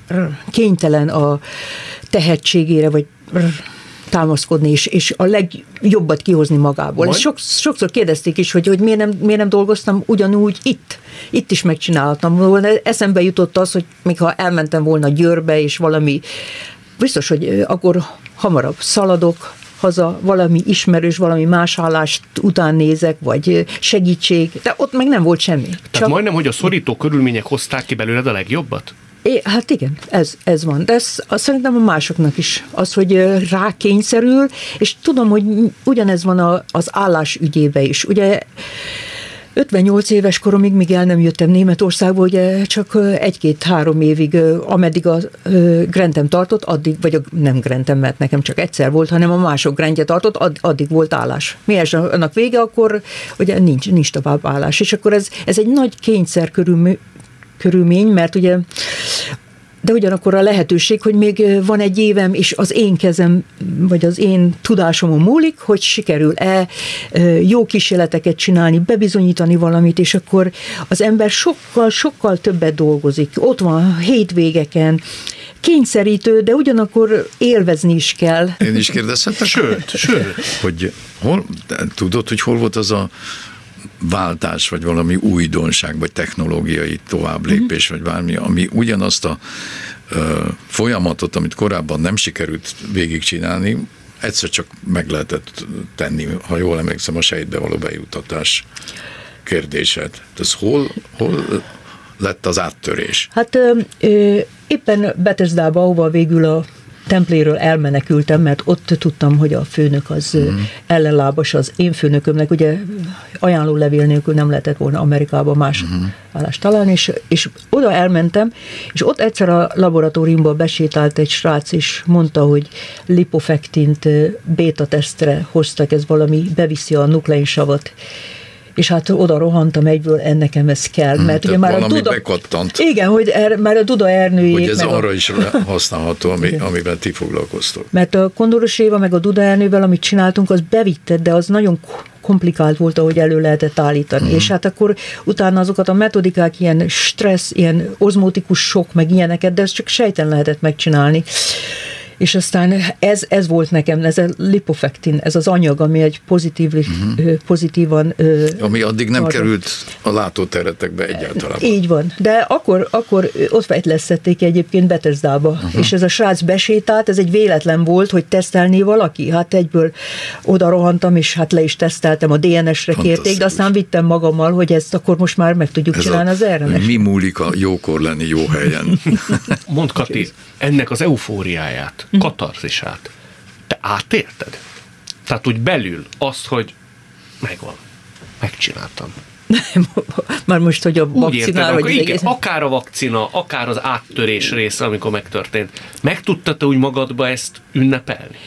kénytelen a tehetségére, vagy támaszkodni, és, és a legjobbat kihozni magából. Ezt sok, sokszor kérdezték is, hogy, hogy miért, nem, miért nem dolgoztam ugyanúgy itt. Itt is megcsináltam volna. Eszembe jutott az, hogy még ha elmentem volna Győrbe, és valami, biztos, hogy akkor hamarabb szaladok haza, valami ismerős, valami más állást után nézek, vagy segítség, de ott meg nem volt semmi. Tehát Csak... majdnem, hogy a szorító körülmények hozták ki belőled a legjobbat? É, hát igen, ez, ez van. De ez azt szerintem a másoknak is. Az, hogy rákényszerül, és tudom, hogy ugyanez van a, az állás ügyébe is. Ugye ötvennyolc éves koromig, míg el nem jöttem Németországba, ugye csak egy-két-három évig, ameddig a grentem tartott, addig, vagy a, nem grentem, mert nekem csak egyszer volt, hanem a mások grentje tartott, add, addig volt állás. Miért annak vége, akkor ugye nincs, nincs tovább állás. És akkor ez, ez egy nagy kényszer körülmény, körülmény, mert ugye de ugyanakkor a lehetőség, hogy még van egy évem, és az én kezem, vagy az én tudásomon múlik, hogy sikerül-e jó kísérleteket csinálni, bebizonyítani valamit, és akkor az ember sokkal, sokkal többet dolgozik. Ott van hétvégeken, kényszerítő, de ugyanakkor élvezni is kell. Én is kérdezhetek? Sőt, sőt. Hogy hol, tudod, hogy hol volt az a váltás, vagy valami újdonság, vagy technológiai továbblépés, mm-hmm. vagy bármi, ami ugyanazt a ö, folyamatot, amit korábban nem sikerült végigcsinálni, egyszer csak meg lehetett tenni, ha jól emlékszem, a sejtbe való bejutatás kérdéset. Ez hol, hol lett az áttörés? Hát ö, ö, éppen Bethesdába, ahova végül a templéről elmenekültem, mert ott tudtam, hogy a főnök az mm. ellenlábas az én főnökömnek, ugye ajánló levél nélkül nem lehetett volna Amerikában más mm. állást találni, és, és oda elmentem, és ott egyszer a laboratóriumban besétált egy srác, és mondta, hogy lipofektint béta tesztre hoztak, ez valami beviszi a nukleinsavat. És hát oda rohantam egyből, nekem ez kell. Mert hmm, ugye már a duda... bekattant. Igen, hogy er, már a Duda Ernőjék. Hogy ez arra a... is használható, ami, amivel ti foglalkoztok. Mert a Kondoros Éva meg a Duda Ernővel, amit csináltunk, az bevitted, de az nagyon komplikált volt, ahogy elő lehetett állítani. Mm. És hát akkor utána azokat a metodikák, ilyen stressz, ilyen ozmotikus sok, meg ilyeneket, de ezt csak sejten lehetett megcsinálni. És aztán ez, ez volt nekem, ez a lipofektin, ez az anyag, ami egy pozitív, uh-huh. pozitívan... Ami addig nem arra. került a látóteretekbe egyáltalán. Így van, de akkor, akkor ott fejtlesztették egyébként Bethesdába, uh-huh. és ez a srác besétált, ez egy véletlen volt, hogy tesztelné valaki, hát egyből oda rohantam, és hát le is teszteltem, a dé en es-re kérték, de aztán vittem magammal, hogy ezt akkor most már meg tudjuk ez csinálni a, az er en es. Mi múlik a jókor lenni jó helyen? Mondd, Kati, ennek az eufóriáját, katarzisát, te átélted? Tehát úgy belül azt, hogy megvan, megcsináltam. Már most, hogy a vakcinál, vagy igen, egész... akár a vakcina, akár az áttörés része, amikor megtörtént. Meg tudtad te úgy magadba ezt ünnepelni?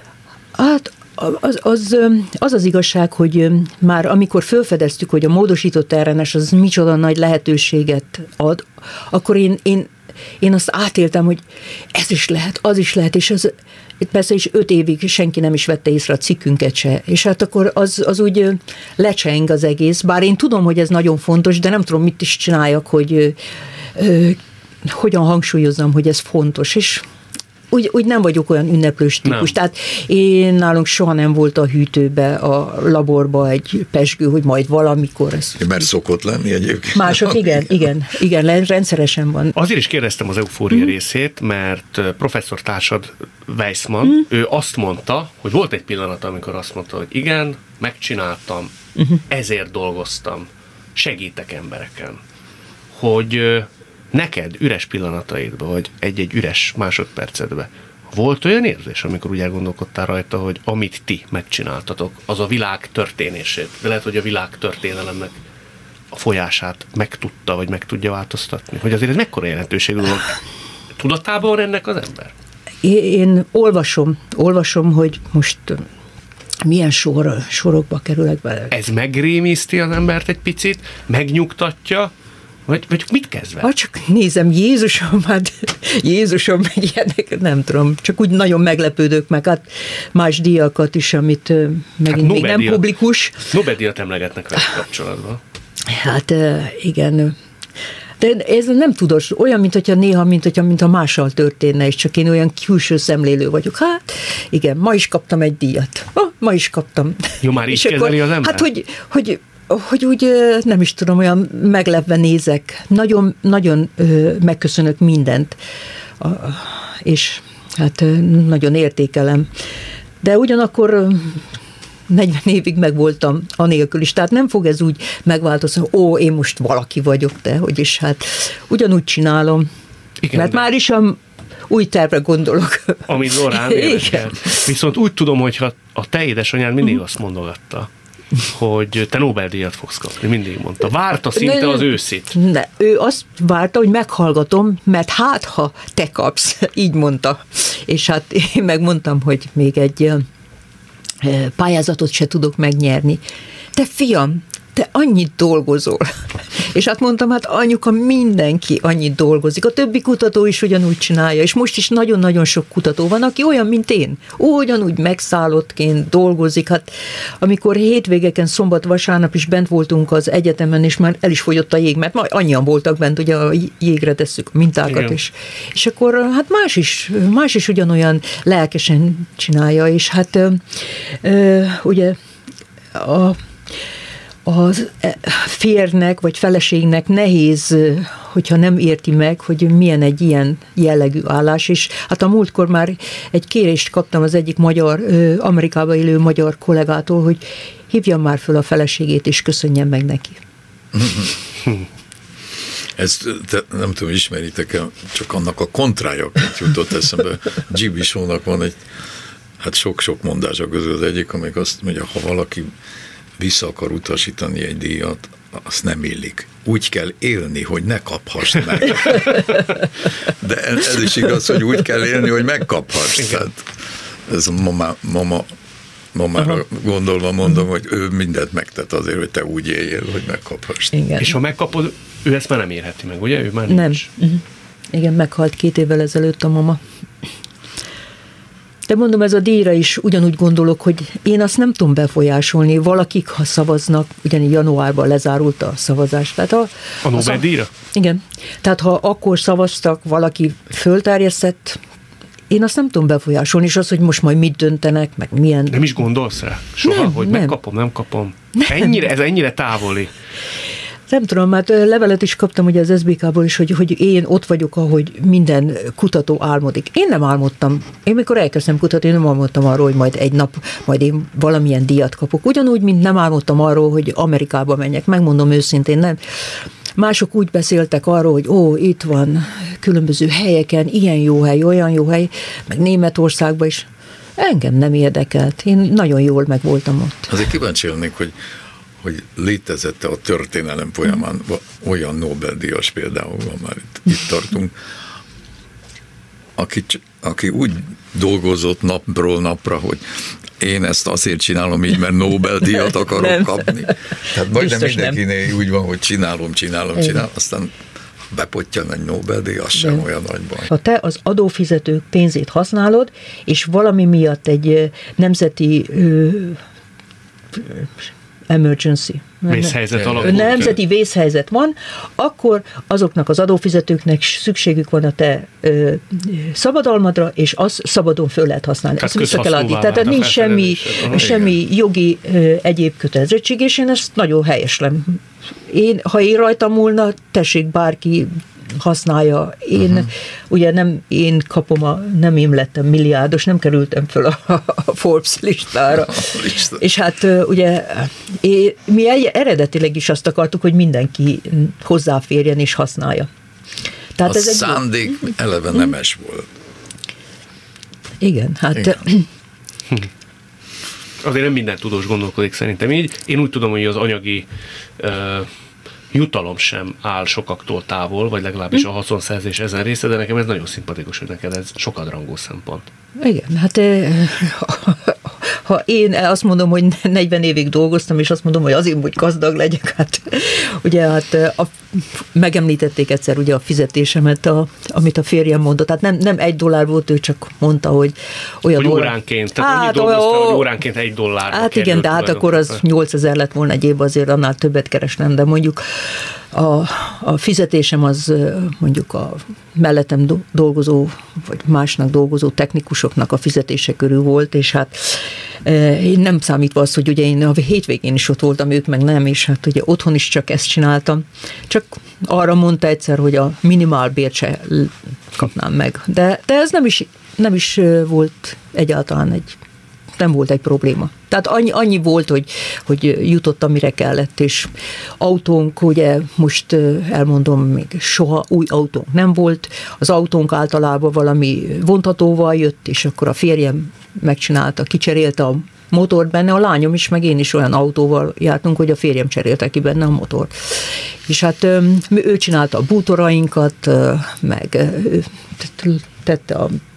Hát az az, az az igazság, hogy már amikor felfedeztük, hogy a módosított er en es az micsoda nagy lehetőséget ad, akkor én, én Én azt átéltem, hogy ez is lehet, az is lehet, és az, persze is öt évig senki nem is vette észre a cikkünket se, és hát akkor az, az úgy lecseng az egész, bár én tudom, hogy ez nagyon fontos, de nem tudom, mit is csináljak, hogy ö, hogyan hangsúlyozzam, hogy ez fontos, és úgy, úgy nem vagyok olyan ünneplős típus. Nem. Tehát én nálunk soha nem volt a hűtőbe, a laborba egy pezsgő, hogy majd valamikor ez... Mert szokott lenni egyébként. Mások, igen, igen, igen, rendszeresen van. Azért is kérdeztem az eufória mm. részét, mert professzor társad Weissman, mm. ő azt mondta, hogy volt egy pillanat, amikor azt mondta, hogy igen, megcsináltam, mm. ezért dolgoztam, segítek embereken, hogy neked üres pillanataidban, vagy egy-egy üres másodpercedben volt olyan érzés, amikor úgy elgondolkodtál rajta, hogy amit ti megcsináltatok, az a világ történését, de lehet, hogy a világ történelemnek a folyását megtudta, vagy meg tudja változtatni? Hogy azért ez mekkora jelentőségű dolog? Tudatában van ennek az ember? Én, én olvasom, olvasom, hogy most milyen sor, sorokba kerülek bele. Ez megrémiszti az embert egy picit, megnyugtatja, Vagy, vagy mit kezdve? Ha csak nézem, Jézusom, hát Jézusom, meg ilyenek, nem tudom, csak úgy nagyon meglepődök meg, hát más díjakat is, amit megint hát még nem publikus. Nobel-díjat emlegetnek vele kapcsolatban. Hát igen, de ez nem tudós, olyan, mint hogyha néha, mint hogyha mint a mással történne, és csak én olyan külső szemlélő vagyok. Hát igen, ma is kaptam egy díjat. Ma, ma is kaptam. Jó, már így kezeli az ember? Hát, hogy, hogy hogy úgy nem is tudom, olyan meglepve nézek. Nagyon, nagyon megköszönök mindent, és hát nagyon értékelem. De ugyanakkor negyven évig megvoltam anélkül is, tehát nem fog ez úgy megváltozni, ó, én most valaki vagyok, de hogy is hát ugyanúgy csinálom. Igen, mert de... már is a új tervre gondolok. Amit Zorán énekel. Viszont úgy tudom, hogyha a te édesanyád mindig uh-huh. azt mondogatta, hogy te Nobel-díjat fogsz kapni, mindig mondta. Várta szinte ne, az őszit. Ne, ő azt várta, hogy meghallgatom, mert hát, ha te kapsz, így mondta. És hát én megmondtam, hogy még egy pályázatot se tudok megnyerni. Te fiam, te annyit dolgozol, És hát mondtam, hát anyuka, mindenki annyit dolgozik, a többi kutató is ugyanúgy csinálja, és most is nagyon-nagyon sok kutató van, aki olyan, mint én, ugyanúgy megszállottként dolgozik. Hát amikor hétvégeken, szombat, vasárnap is bent voltunk az egyetemen, és már el is fogyott a jég, mert majd annyian voltak bent, ugye a jégre tesszük a mintákat, és, és akkor hát más is, más is ugyanolyan lelkesen csinálja, és hát ö, ö, ugye a a férnek vagy feleségnek nehéz, hogyha nem érti meg, hogy milyen egy ilyen jellegű állás, és hát a múltkor már egy kérést kaptam az egyik magyar, Amerikában élő magyar kollégától, hogy hívjam már föl a feleségét, és köszönjem meg neki. Ezt nem tudom, ismeritek-e, csak annak a kontrájaként jutott eszembe. G B. Shaw-nak van egy, hát sok-sok mondása közül az egyik, amelyik azt mondja, ha valaki vissza akar utasítani egy díjat, azt nem illik. Úgy kell élni, hogy ne kaphass meg. De ez is igaz, hogy úgy kell élni, hogy megkaphass. Tehát ez a mama, mama, mamára gondolva mondom, hogy ő mindent megtett azért, hogy te úgy éljél, hogy megkaphass. Igen. És ha megkapod, ő ezt már nem érheti meg, ugye? Ő már nem. nincs. Uh-huh. Igen, meghalt két évvel ezelőtt a mama. De mondom, ez a díjra is ugyanúgy gondolok, hogy én azt nem tudom befolyásolni. Valakik, ha szavaznak, ugyanígy januárban lezárult a szavazás. Tehát a, a Nobel-díjra? Igen. Tehát ha akkor szavaztak, valaki fölterjesztett, én azt nem tudom befolyásolni, és az, hogy most majd mit döntenek, meg milyen... Nem is gondolsz rá? Soha, nem, hogy nem. megkapom, nem kapom? Nem. Ennyire, ez ennyire távoli. Nem tudom, mert levelet is kaptam ugye az es bé ká-ból is, hogy, hogy én ott vagyok, ahogy minden kutató álmodik. Én nem álmodtam. Én mikor elkezdtem kutatni, én nem álmodtam arról, hogy majd egy nap majd én valamilyen díjat kapok. Ugyanúgy, mint nem álmodtam arról, hogy Amerikába menjek. Megmondom őszintén, nem. Mások úgy beszéltek arról, hogy ó, itt van különböző helyeken, ilyen jó hely, olyan jó hely, meg Németországban is. Engem nem érdekelt. Én nagyon jól meg voltam ott. Azért kíváncsi lennék, hogy hogy létezett-e a történelem folyamán olyan Nobel-díjas például, már itt, itt tartunk, aki, aki úgy dolgozott napról napra, hogy én ezt azért csinálom így, mert Nobel-díjat akarok nem. kapni. Tehát majdnem mindenkinél nem. úgy van, hogy csinálom, csinálom, csinálom, aztán bepottyan egy Nobel-díj, az sem olyan nagy baj. Ha te az adófizetők pénzét használod, és valami miatt egy nemzeti ö, emergency. Vészhelyzet alakul. Nemzeti vészhelyzet van, akkor azoknak az adófizetőknek szükségük van a te ö, szabadalmadra, és azt szabadon föl lehet használni. Tehát ezt vissza kell adni. Tehát nincs semmi, semmi jogi ö, egyéb kötelezettség, és én ezt nagyon helyeslem. Én, ha én rajtam múlna, tessék bárki használja. Én, uh-huh. ugye nem én kapom, a, nem én lettem milliárdos, nem kerültem föl a, a Forbes listára. És hát ugye én, mi eredetileg is azt akartuk, hogy mindenki hozzáférjen és használja. Tehát a ez szándék egy... eleve nemes volt. Igen, hát... Igen. Azért nem minden tudós gondolkodik szerintem így. Én úgy tudom, hogy az anyagi uh, jutalom sem áll sokaktól távol, vagy legalábbis a haszonszerzés ezen része, de nekem ez nagyon szimpatikus, hogy neked ez sokadrangú szempont. Igen, hát ha én azt mondom, hogy negyven évig dolgoztam, és azt mondom, hogy azért, hogy gazdag legyek, hát ugye hát a, megemlítették egyszer ugye a fizetésemet, a, amit a férjem mondott, tehát nem, nem egy dollár volt, ő csak mondta, hogy olyan hogy óránként, tehát hát, annyit dolgoztál, hogy óránként egy dollár. Hát igen, de hát akkor az nyolcezer lett volna egy évben, azért annál többet keresnem, de mondjuk a, a fizetésem az mondjuk a mellettem dolgozó, vagy másnak dolgozó technikusoknak a fizetése körül volt, és hát én nem számítva az, hogy ugye én a hétvégén is ott voltam, ők meg nem, és hát ugye otthon is csak ezt csináltam. Csak arra mondta egyszer, hogy a minimálbért se kapnám meg. De, de ez nem is, nem is volt egyáltalán egy, nem volt egy probléma. Tehát annyi, annyi volt, hogy, hogy jutott, amire kellett, és autónk, ugye most elmondom, még soha új autónk nem volt. Az autónk általában valami vontatóval jött, és akkor a férjem megcsinálta, kicserélte a motort benne, a lányom is, meg én is olyan autóval jártunk, hogy a férjem cserélte ki benne a motort. És hát ő csinálta a bútorainkat, meg tette a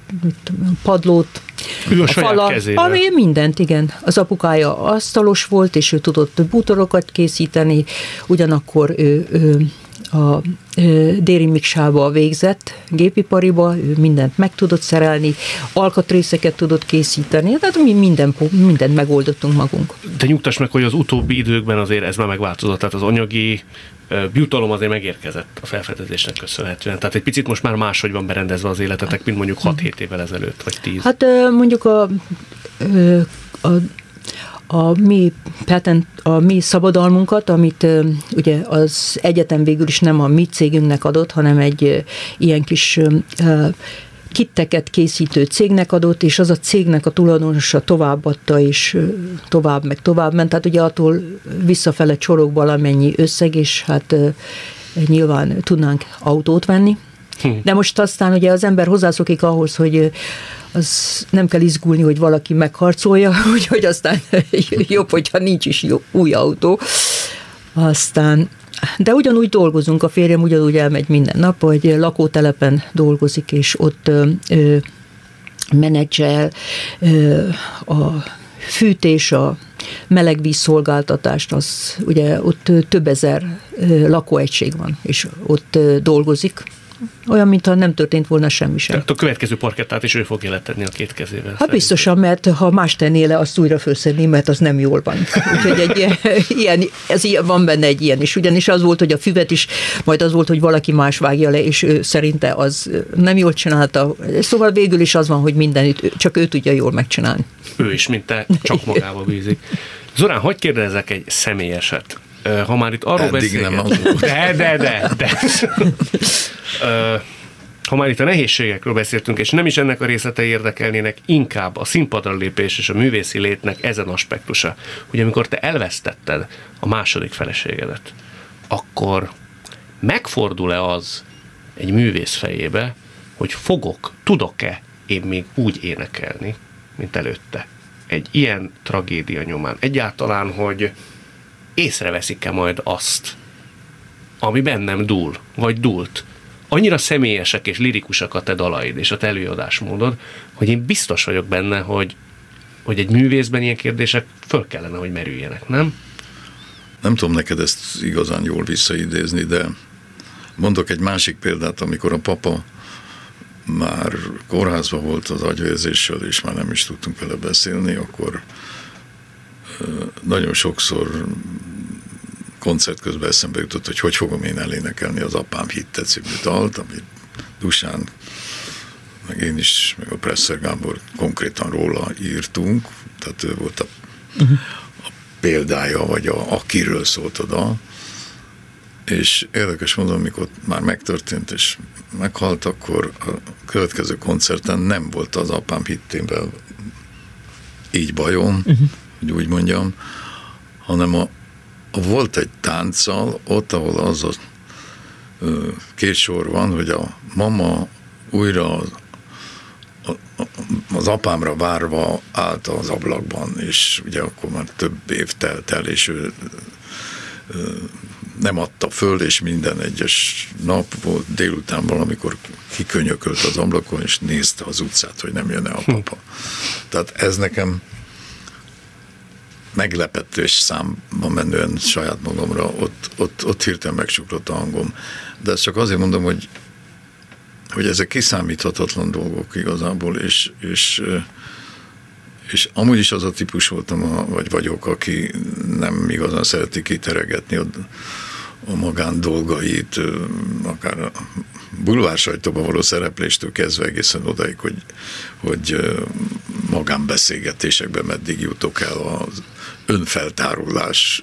padlót, ő a, a saját falat, kezével. ami mindent, igen. Az apukája asztalos volt, és ő tudott bútorokat készíteni, ugyanakkor ő, ő a Déri Miksába végzett gépipariba, ő mindent meg tudott szerelni, alkatrészeket tudott készíteni, tehát mi minden, mindent megoldottunk magunk. De nyugtass meg, hogy az utóbbi időkben azért ez már megváltozott, tehát az anyagi jutalom azért megérkezett a felfedezésnek köszönhetően. Tehát egy picit most már máshogy van berendezve az életetek, mint mondjuk hat-hét évvel ezelőtt, vagy tíz. Hát mondjuk a, a, a mi patent, a mi szabadalmunkat, amit ugye az egyetem végül is nem a mi cégünknek adott, hanem egy ilyen kis kitteket készítő cégnek adott, és az a cégnek a tulajdonosa továbbadta, és tovább meg tovább ment, tehát ugye attól visszafele csorog valamennyi összeg, és hát nyilván tudnánk autót venni. Hm. De most aztán ugye az ember hozzászokik ahhoz, hogy az nem kell izgulni, hogy valaki megharcolja, úgyhogy aztán jobb, hogyha nincs is jó, új autó. Aztán de ugyanúgy dolgozunk, a férjem ugyanúgy elmegy minden nap, hogy lakótelepen dolgozik, és ott ö, ö, menedzsel ö, a fűtés, a melegvízszolgáltatást, az ugye ott több ezer ö, lakóegység van, és ott ö, dolgozik. Olyan, mintha nem történt volna semmi sem. Tehát a következő parkettát is ő fogja letenni a két kezével. Hát szerintem. biztosan, mert ha más tenné le, azt újra fölszedni, mert az nem jól van. Úgyhogy egy ilyen, ilyen, ez ilyen, van benne egy ilyen is. Ugyanis az volt, hogy a füvet is, majd az volt, hogy valaki más vágja le, és ő szerinte az nem jól csinálta. Szóval végül is az van, hogy mindenütt, csak ő tudja jól megcsinálni. Ő is, mint te, csak magába bízik. Zorán, hogy kérdezzek egy személyeset? Ha már itt arról beszélgetünk. De, de, de, de. Ha már itt a nehézségekről beszéltünk, és nem is ennek a részletei érdekelnének, inkább a színpadra lépés és a művészi létnek ezen aspektusa, hogy amikor te elvesztetted a második feleségedet, akkor megfordul-e az egy művész fejébe, hogy fogok, tudok-e én még úgy énekelni, mint előtte? Egy ilyen tragédia nyomán. Egyáltalán, hogy észreveszik-e majd azt, ami bennem dúl, vagy dúlt. Annyira személyesek és lirikusak a te dalaid és a te előadásmódod, hogy én biztos vagyok benne, hogy, hogy egy művészben ilyen kérdések föl kellene, hogy merüljenek, nem? Nem tudom neked ezt igazán jól visszaidézni, de mondok egy másik példát, amikor a papa már kórházban volt az agyvérzéssel, és már nem is tudtunk vele beszélni, akkor nagyon sokszor koncert közben eszembe jutott, hogy hogy fogom én elénekelni az Apám hitte című dalt, amit Dusán, meg én is, meg a Presser Gábor konkrétan róla írtunk, tehát ő volt a, uh-huh. a példája, vagy a, akiről szólt a dal. És érdekes mondom, amikor már megtörtént, és meghalt, akkor a következő koncerten nem volt az Apám hittével így bajom, uh-huh. hogy úgy mondjam, hanem a volt egy tánccal, ott, ahol az a két sor van, hogy a mama újra az, az apámra várva állt az ablakban, és ugye akkor már több év telt el, és ő nem adta föl, és minden egyes nap volt délután valamikor kikönyökölt az ablakon, és nézte az utcát, hogy nem jön-e a papa. Tehát ez nekem meglepett, és számba menően saját magamra, ott, ott, ott hirtelen megsuklott a hangom. De ezt csak azért mondom, hogy, hogy ezek kiszámíthatatlan dolgok igazából, és, és, és amúgy is az a típus voltam, vagy vagyok, aki nem igazán szereti kiteregetni a, a magán dolgait, akár a bulvár sajtóban való szerepléstől kezdve egészen odaig, hogy, hogy magánbeszélgetésekben meddig jutok el az önfeltárulás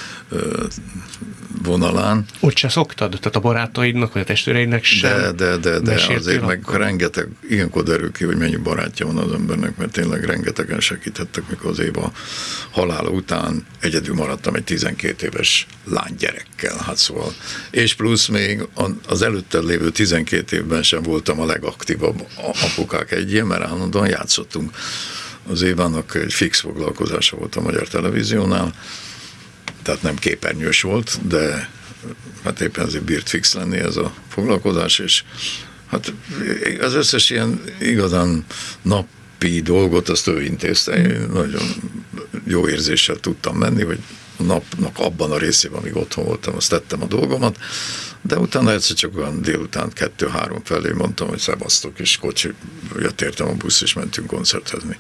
vonalán. Ott se szoktad? Tehát a barátaidnak, vagy a testvéreidnek sem? De, de, de, de azért meg akkor? rengeteg, ilyenkor derül ki, hogy mennyi barátja van az embernek, mert tényleg rengetegen segítettek, mikor az Éva halála után egyedül maradtam egy tizenkét éves lánygyerekkel, hát szóval. És plusz még az előtte lévő tizenkét évben sem voltam a legaktívabb apukák egyén, mert állandóan játszottunk. Az Évának egy fix foglalkozása volt a Magyar Televíziónál, tehát nem képernyős volt, de hát éppen azért bírt fix lenni ez a foglalkozás, és Hát az összes ilyen igazán napi dolgot azt ő intézte. Én nagyon jó érzéssel tudtam menni, hogy a napnak abban a részében, amíg otthon voltam, azt tettem a dolgomat, de utána egyszer csak olyan délután kettő-három felé mondtam, hogy szevasztok, és kocsi, jött értem a busz, és mentünk koncertezni.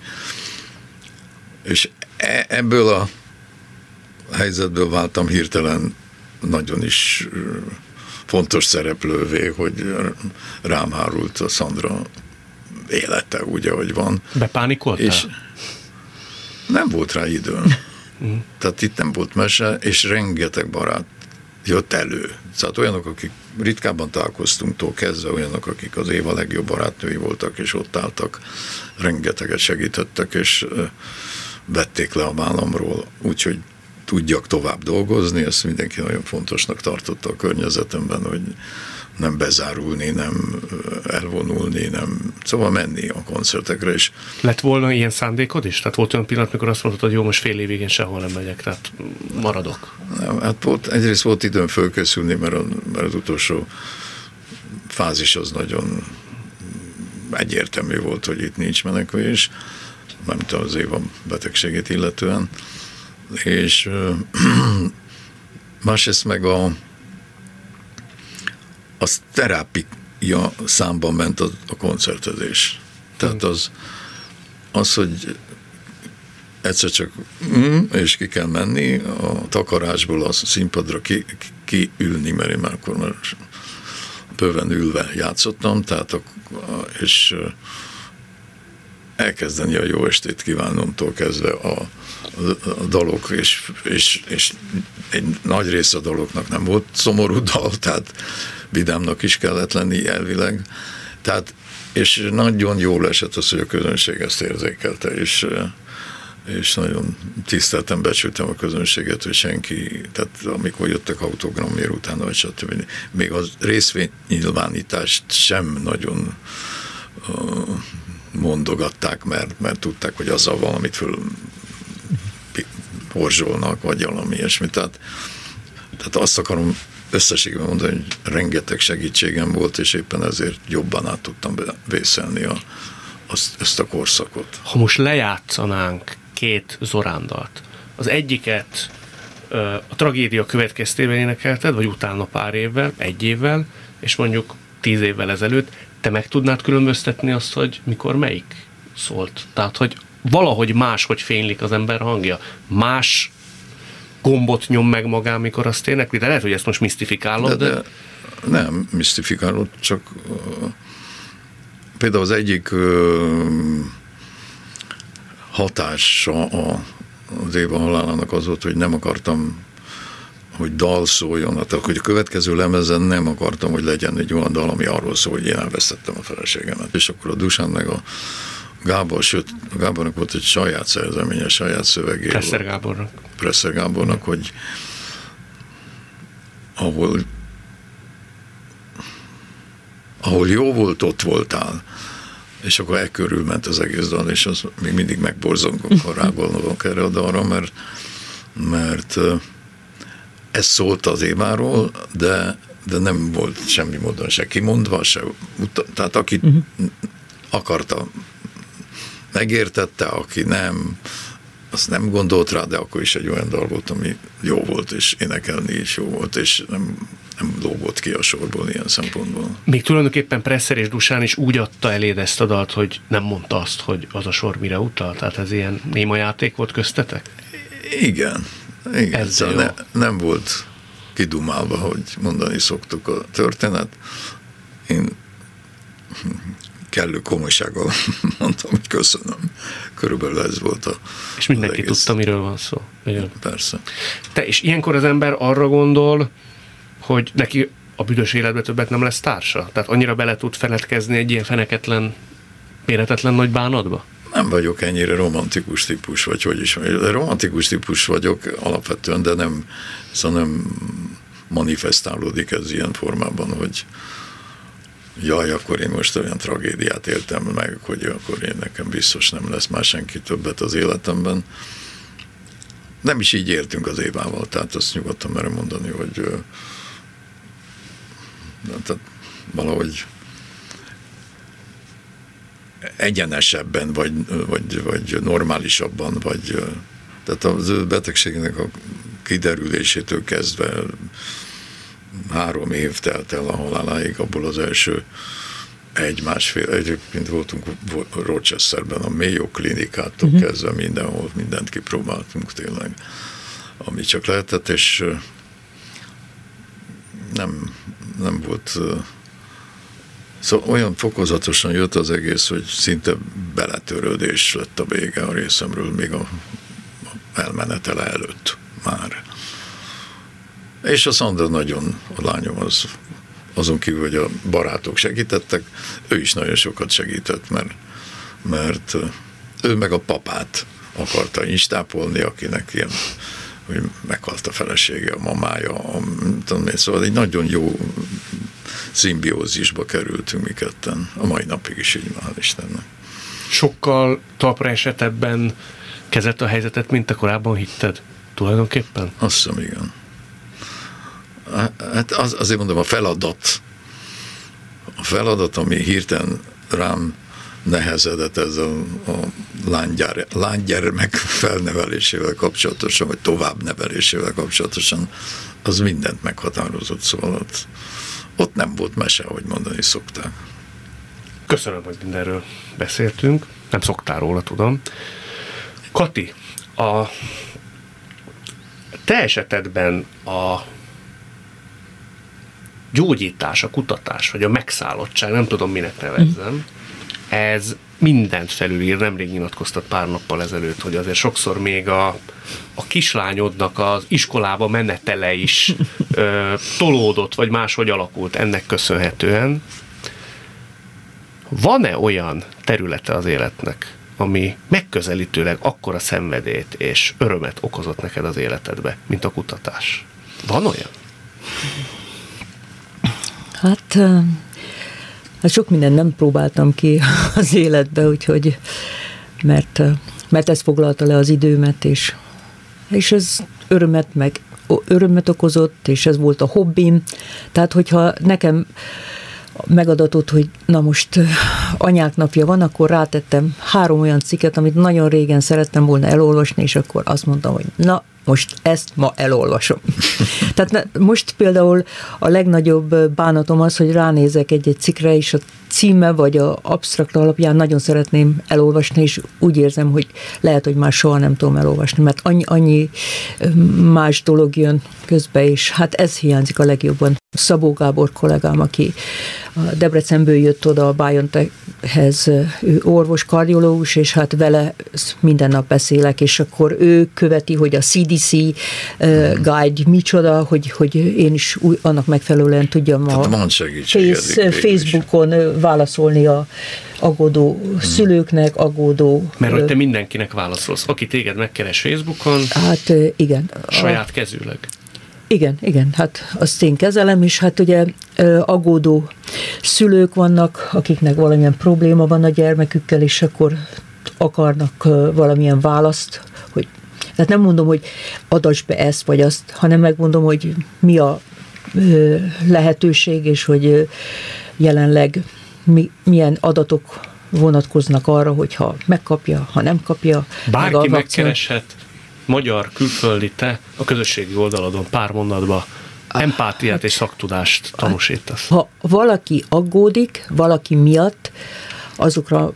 És ebből a helyzetből váltam hirtelen nagyon is fontos szereplővé, hogy rám hárult a Szandra élete, úgy, ahogy van. Bepánikoltál? És nem volt rá időm. Mm. Tehát itt nem volt mese, és rengeteg barát jött elő. Tehát olyanok, akik ritkábban találkoztunktól kezdve, olyanok, akik az Éva legjobb barátnői voltak, és ott álltak, rengeteget segítettek, és vették le a vállamról, úgyhogy tudjak tovább dolgozni, ezt mindenki nagyon fontosnak tartotta a környezetemben, hogy nem bezárulni, nem elvonulni, nem, szóval menni a koncertekre is. Lett volna ilyen szándékod is? Tehát volt olyan pillanat, mikor azt mondtad, hogy jó, most fél évig én sehol nem megyek, tehát maradok. Nem, hát volt, egyrészt volt időm fölkészülni, mert, a, mert az utolsó fázis az nagyon egyértelmű volt, hogy itt nincs menekvés, mármint az Éva betegségét illetően, és másrészt meg a az terápia számban ment a, a koncertezés. Tehát az, az, hogy egyszer csak mm, és ki kell menni a takarásból a színpadra ki, ki, kiülni, mert én már akkor már bőven ülve játszottam, tehát a, és elkezdeni a jó estét kívánomtól kezdve a, a, a dalok, és, és, és egy nagy része a daloknak nem volt szomorú dal, tehát vidámnak is kellett lenni elvileg. Tehát, és nagyon jól esett az, hogy a közönség ezt érzékelte, és, és nagyon tiszteltem, becsültem a közönséget, hogy senki, tehát amikor jöttek autogramért utána, vagy stb. Még a részvénynyilvánítást sem nagyon uh, mondogatták, mert, mert tudták, hogy azzal valamit föl horzsolnak, vagy valami ilyesmi. Tehát, tehát azt akarom összességben mondani, hogy rengeteg segítségem volt, és éppen ezért jobban át tudtam vészelni a, azt, ezt a korszakot. Ha most lejátszanánk két Zorándalt, az egyiket a tragédia következtében énekelted, vagy utána pár évvel, egy évvel, és mondjuk tíz évvel ezelőtt, te meg tudnád különböztetni azt, hogy mikor melyik szólt? Tehát, hogy valahogy máshogy fénylik az ember hangja, más gombot nyom meg magán, mikor azt énekli, de lehet, hogy ezt most misztifikálod, de... de... Nem misztifikálod, csak uh, például az egyik uh, hatása a, az Éva halálának az volt, hogy nem akartam, hogy dal szóljon, tehát hogy a következő lemezen nem akartam, hogy legyen egy olyan dal, ami arról szól, hogy én elvesztettem a feleségemet. És akkor a Dusán meg a Gábor, sőt, a Gábornak volt egy saját szerzeménye, saját szövegéről. Presser Gábornak. Presser Gábornak, hogy ahol ahol jó volt, ott voltál. És akkor ekkörül ment az egész dal, és az még mindig megborzongok, ha rágondolok erre a dalra, mert, mert ez szólt az Éváról, de, de nem volt semmi módon se kimondva, se uta, tehát aki uh-huh. akarta, megértette, aki nem, azt nem gondolt rá, de akkor is egy olyan dal volt, ami jó volt, és énekelni is jó volt, és nem, nem lógott ki a sorból ilyen szempontból. Még tulajdonképpen Presser és Dusán is úgy adta eléd ezt a dalt, hogy nem mondta azt, hogy az a sor mire utal? Tehát ez ilyen néma játék volt köztetek? Igen. Igen. Szóval ne, nem volt kidumálva, hogy mondani szoktuk a történet. Én kellő komolysággal mondtam, hogy köszönöm. Körülbelül ez volt a... És mindenki tudta, miről van szó. Ugyan? Persze. Te, és ilyenkor az ember arra gondol, hogy neki a büdös életben többet nem lesz társa? Tehát annyira bele tud feledkezni egy ilyen feneketlen, méretetlen nagy bánatba? Nem vagyok ennyire romantikus típus, vagy hogy is. Romantikus típus vagyok alapvetően, de nem, szóval nem manifestálódik ez ilyen formában, hogy jaj, akkor én most olyan tragédiát éltem meg, hogy akkor én nekem biztos nem lesz már senki többet az életemben. Nem is így értünk az Évával, tehát azt nyugodtan merem mondani, hogy tehát valahogy egyenesebben, vagy, vagy, vagy normálisabban, vagy tehát az ő betegségének a kiderülésétől kezdve három év telt el a haláláig, abból az első egy-másfél, egyébként voltunk Rochesterben, a Mayo klinikától uh-huh. kezdve mindenhol, mindent kipróbáltunk tényleg, ami csak lehetett, és nem, nem volt, szóval olyan fokozatosan jött az egész, hogy szinte beletörődés lett a vége a részemről, még a elmenetele előtt már. És a Szandra nagyon, a lányom az, azon kívül, hogy a barátok segítettek, ő is nagyon sokat segített, mert, mert ő meg a papát akarta instápolni, akinek ilyen, hogy meghalt a felesége, a mamája, a, tudom én, szóval egy nagyon jó szimbiózisba kerültünk mi ketten. A mai napig is így van, hál' Istennek. Sokkal talpra esetebben kezelt a helyzetet, mint te korábban hitted? Tulajdonképpen? Azt hiszem, igen. Hát az, azért mondom, a feladat, a feladat, ami hirtelen rám nehezedett ez a, a lánygyár, lánygyermek felnevelésével kapcsolatosan, vagy továbbnevelésével kapcsolatosan, az mindent meghatározott, szóval ott, ott nem volt mese, ahogy mondani szokták. Köszönöm, hogy mindenről beszéltünk, nem szoktál róla, tudom. Kati, a te esetedben a gyógyítás, a kutatás, vagy a megszállottság, nem tudom, minek nevezzem, ez mindent felülír. Nemrég nyilatkoztat pár nappal ezelőtt, hogy azért sokszor még a, a kislányodnak az iskolába menetele is ö, tolódott, vagy máshogy alakult ennek köszönhetően. Van-e olyan területe az életnek, ami megközelítőleg akkora szenvedélyt és örömet okozott neked az életedbe, mint a kutatás? Van olyan? Hát, hát sok mindent nem próbáltam ki az életbe, úgyhogy, mert, mert ez foglalta le az időmet, és, és ez örömet, meg örömet okozott, és ez volt a hobbim. Tehát, hogyha nekem megadatott, hogy na most anyák napja van, akkor rátettem három olyan cikket, amit nagyon régen szerettem volna elolvasni, és akkor azt mondtam, hogy na, most ezt ma elolvasom. Tehát most például a legnagyobb bánatom az, hogy ránézek egy-egy cikkre, és a címe vagy a absztrakt alapján nagyon szeretném elolvasni, és úgy érzem, hogy lehet, hogy már soha nem tudom elolvasni, mert annyi, annyi más dolog jön közbe, és hát ez hiányzik a legjobban. Szabó Gábor kollégám, aki a Debrecenből jött oda a BioNTech-hez, ő orvos, kardiológus, és hát vele minden nap beszélek, és akkor ő követi, hogy a cé dé cé uh, guide micsoda, hogy, hogy én is új, annak megfelelően tudjam a face, Facebookon válaszolni a aggódó hmm. szülőknek, aggódó... Mert hogy te mindenkinek válaszolsz. Aki téged megkeres Facebookon, hát igen. Saját a, kezűleg. Igen, igen, hát azt én kezelem, és hát ugye aggódó szülők vannak, akiknek valamilyen probléma van a gyermekükkel, és akkor akarnak valamilyen választ, hogy tehát nem mondom, hogy adass be ezt vagy azt, hanem megmondom, hogy mi a lehetőség, és hogy jelenleg mi, milyen adatok vonatkoznak arra, hogyha megkapja, ha nem kapja. Bárki megkereshet, magyar, külföldi, te a közösségi oldaladon pár mondatba empátiát hát, és szaktudást tanúsítasz. Ha valaki aggódik, valaki miatt, azokra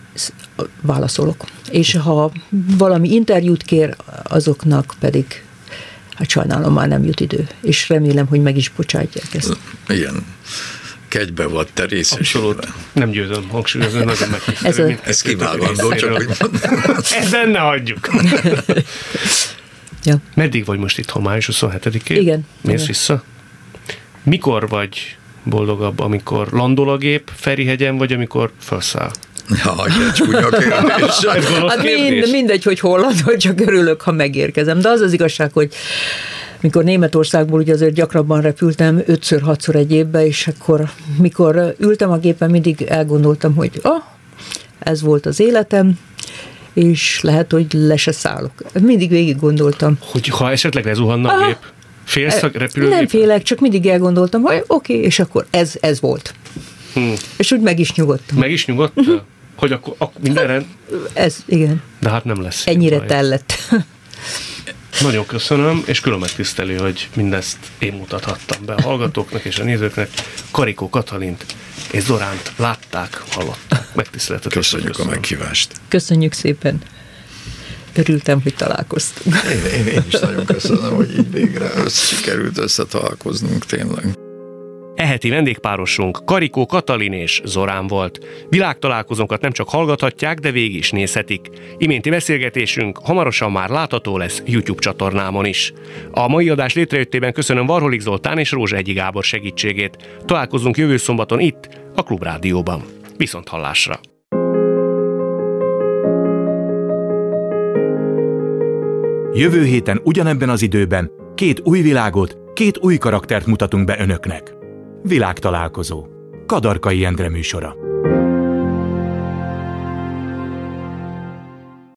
válaszolok. És ha valami interjút kér, azoknak pedig, hát sajnálom, már nem jut idő. És remélem, hogy meg is bocsátják ezt. Igen. Kegybe volt te részesülve. Abszolút. Nem győzöm hangsúlyozni, nagyon megtisztelő. Ez, ez kivállandó, csak hogy ezen ne hagyjuk. Ja. Meddig vagy most itthon, május huszonhetedikén? Igen. Mész igen. vissza? Mikor vagy boldogabb, amikor landol a gép Ferihegyen, vagy amikor felszáll? Ja, egy csúnya kérdés. Hát mind, mindegy, hogy hol landol, csak örülök, ha megérkezem. De az az igazság, hogy mikor Németországból ugye azért gyakrabban repültem, ötször-hatszor egy évben, és akkor mikor ültem a gépen, mindig elgondoltam, hogy ah, ez volt az életem, és lehet, hogy le se szállok. Mindig végig gondoltam. Hogy ha esetleg lezuhanna a gép? Félsz a repülőgépen? Nem félek, csak mindig elgondoltam, hogy oké, okay, és akkor ez, ez volt. Hmm. És úgy meg is nyugodtam. Meg is nyugodtál? Hogy akkor, akkor minden rend? Ez, igen. De hát nem lesz. Ennyire tellett. Nagyon köszönöm, és külön megtisztelő, hogy mindezt én mutathattam be a hallgatóknak és a nézőknek. Karikó Katalint és Zoránt látták, hallották. Megtiszteltet. Köszönjük a meghívást. Köszönjük szépen. Örültem, hogy találkoztunk. Én, én, én is nagyon köszönöm, hogy így végre sikerült összetalálkoznunk tényleg. E heti vendégpárosunk Karikó Katalin és Zorán volt. Világtalálkozónkat nem csak hallgathatják, de végig is nézhetik. Iménti beszélgetésünk hamarosan már látható lesz YouTube csatornámon is. A mai adás létrejöttében köszönöm Varholik Zoltán és Rózsahegyi Gábor segítségét. Találkozunk jövő szombaton itt, a Klubrádióban. Viszont hallásra! Jövő héten ugyanebben az időben két új világot, két új karaktert mutatunk be önöknek. Világtalálkozó. Kadarkai Endre műsora.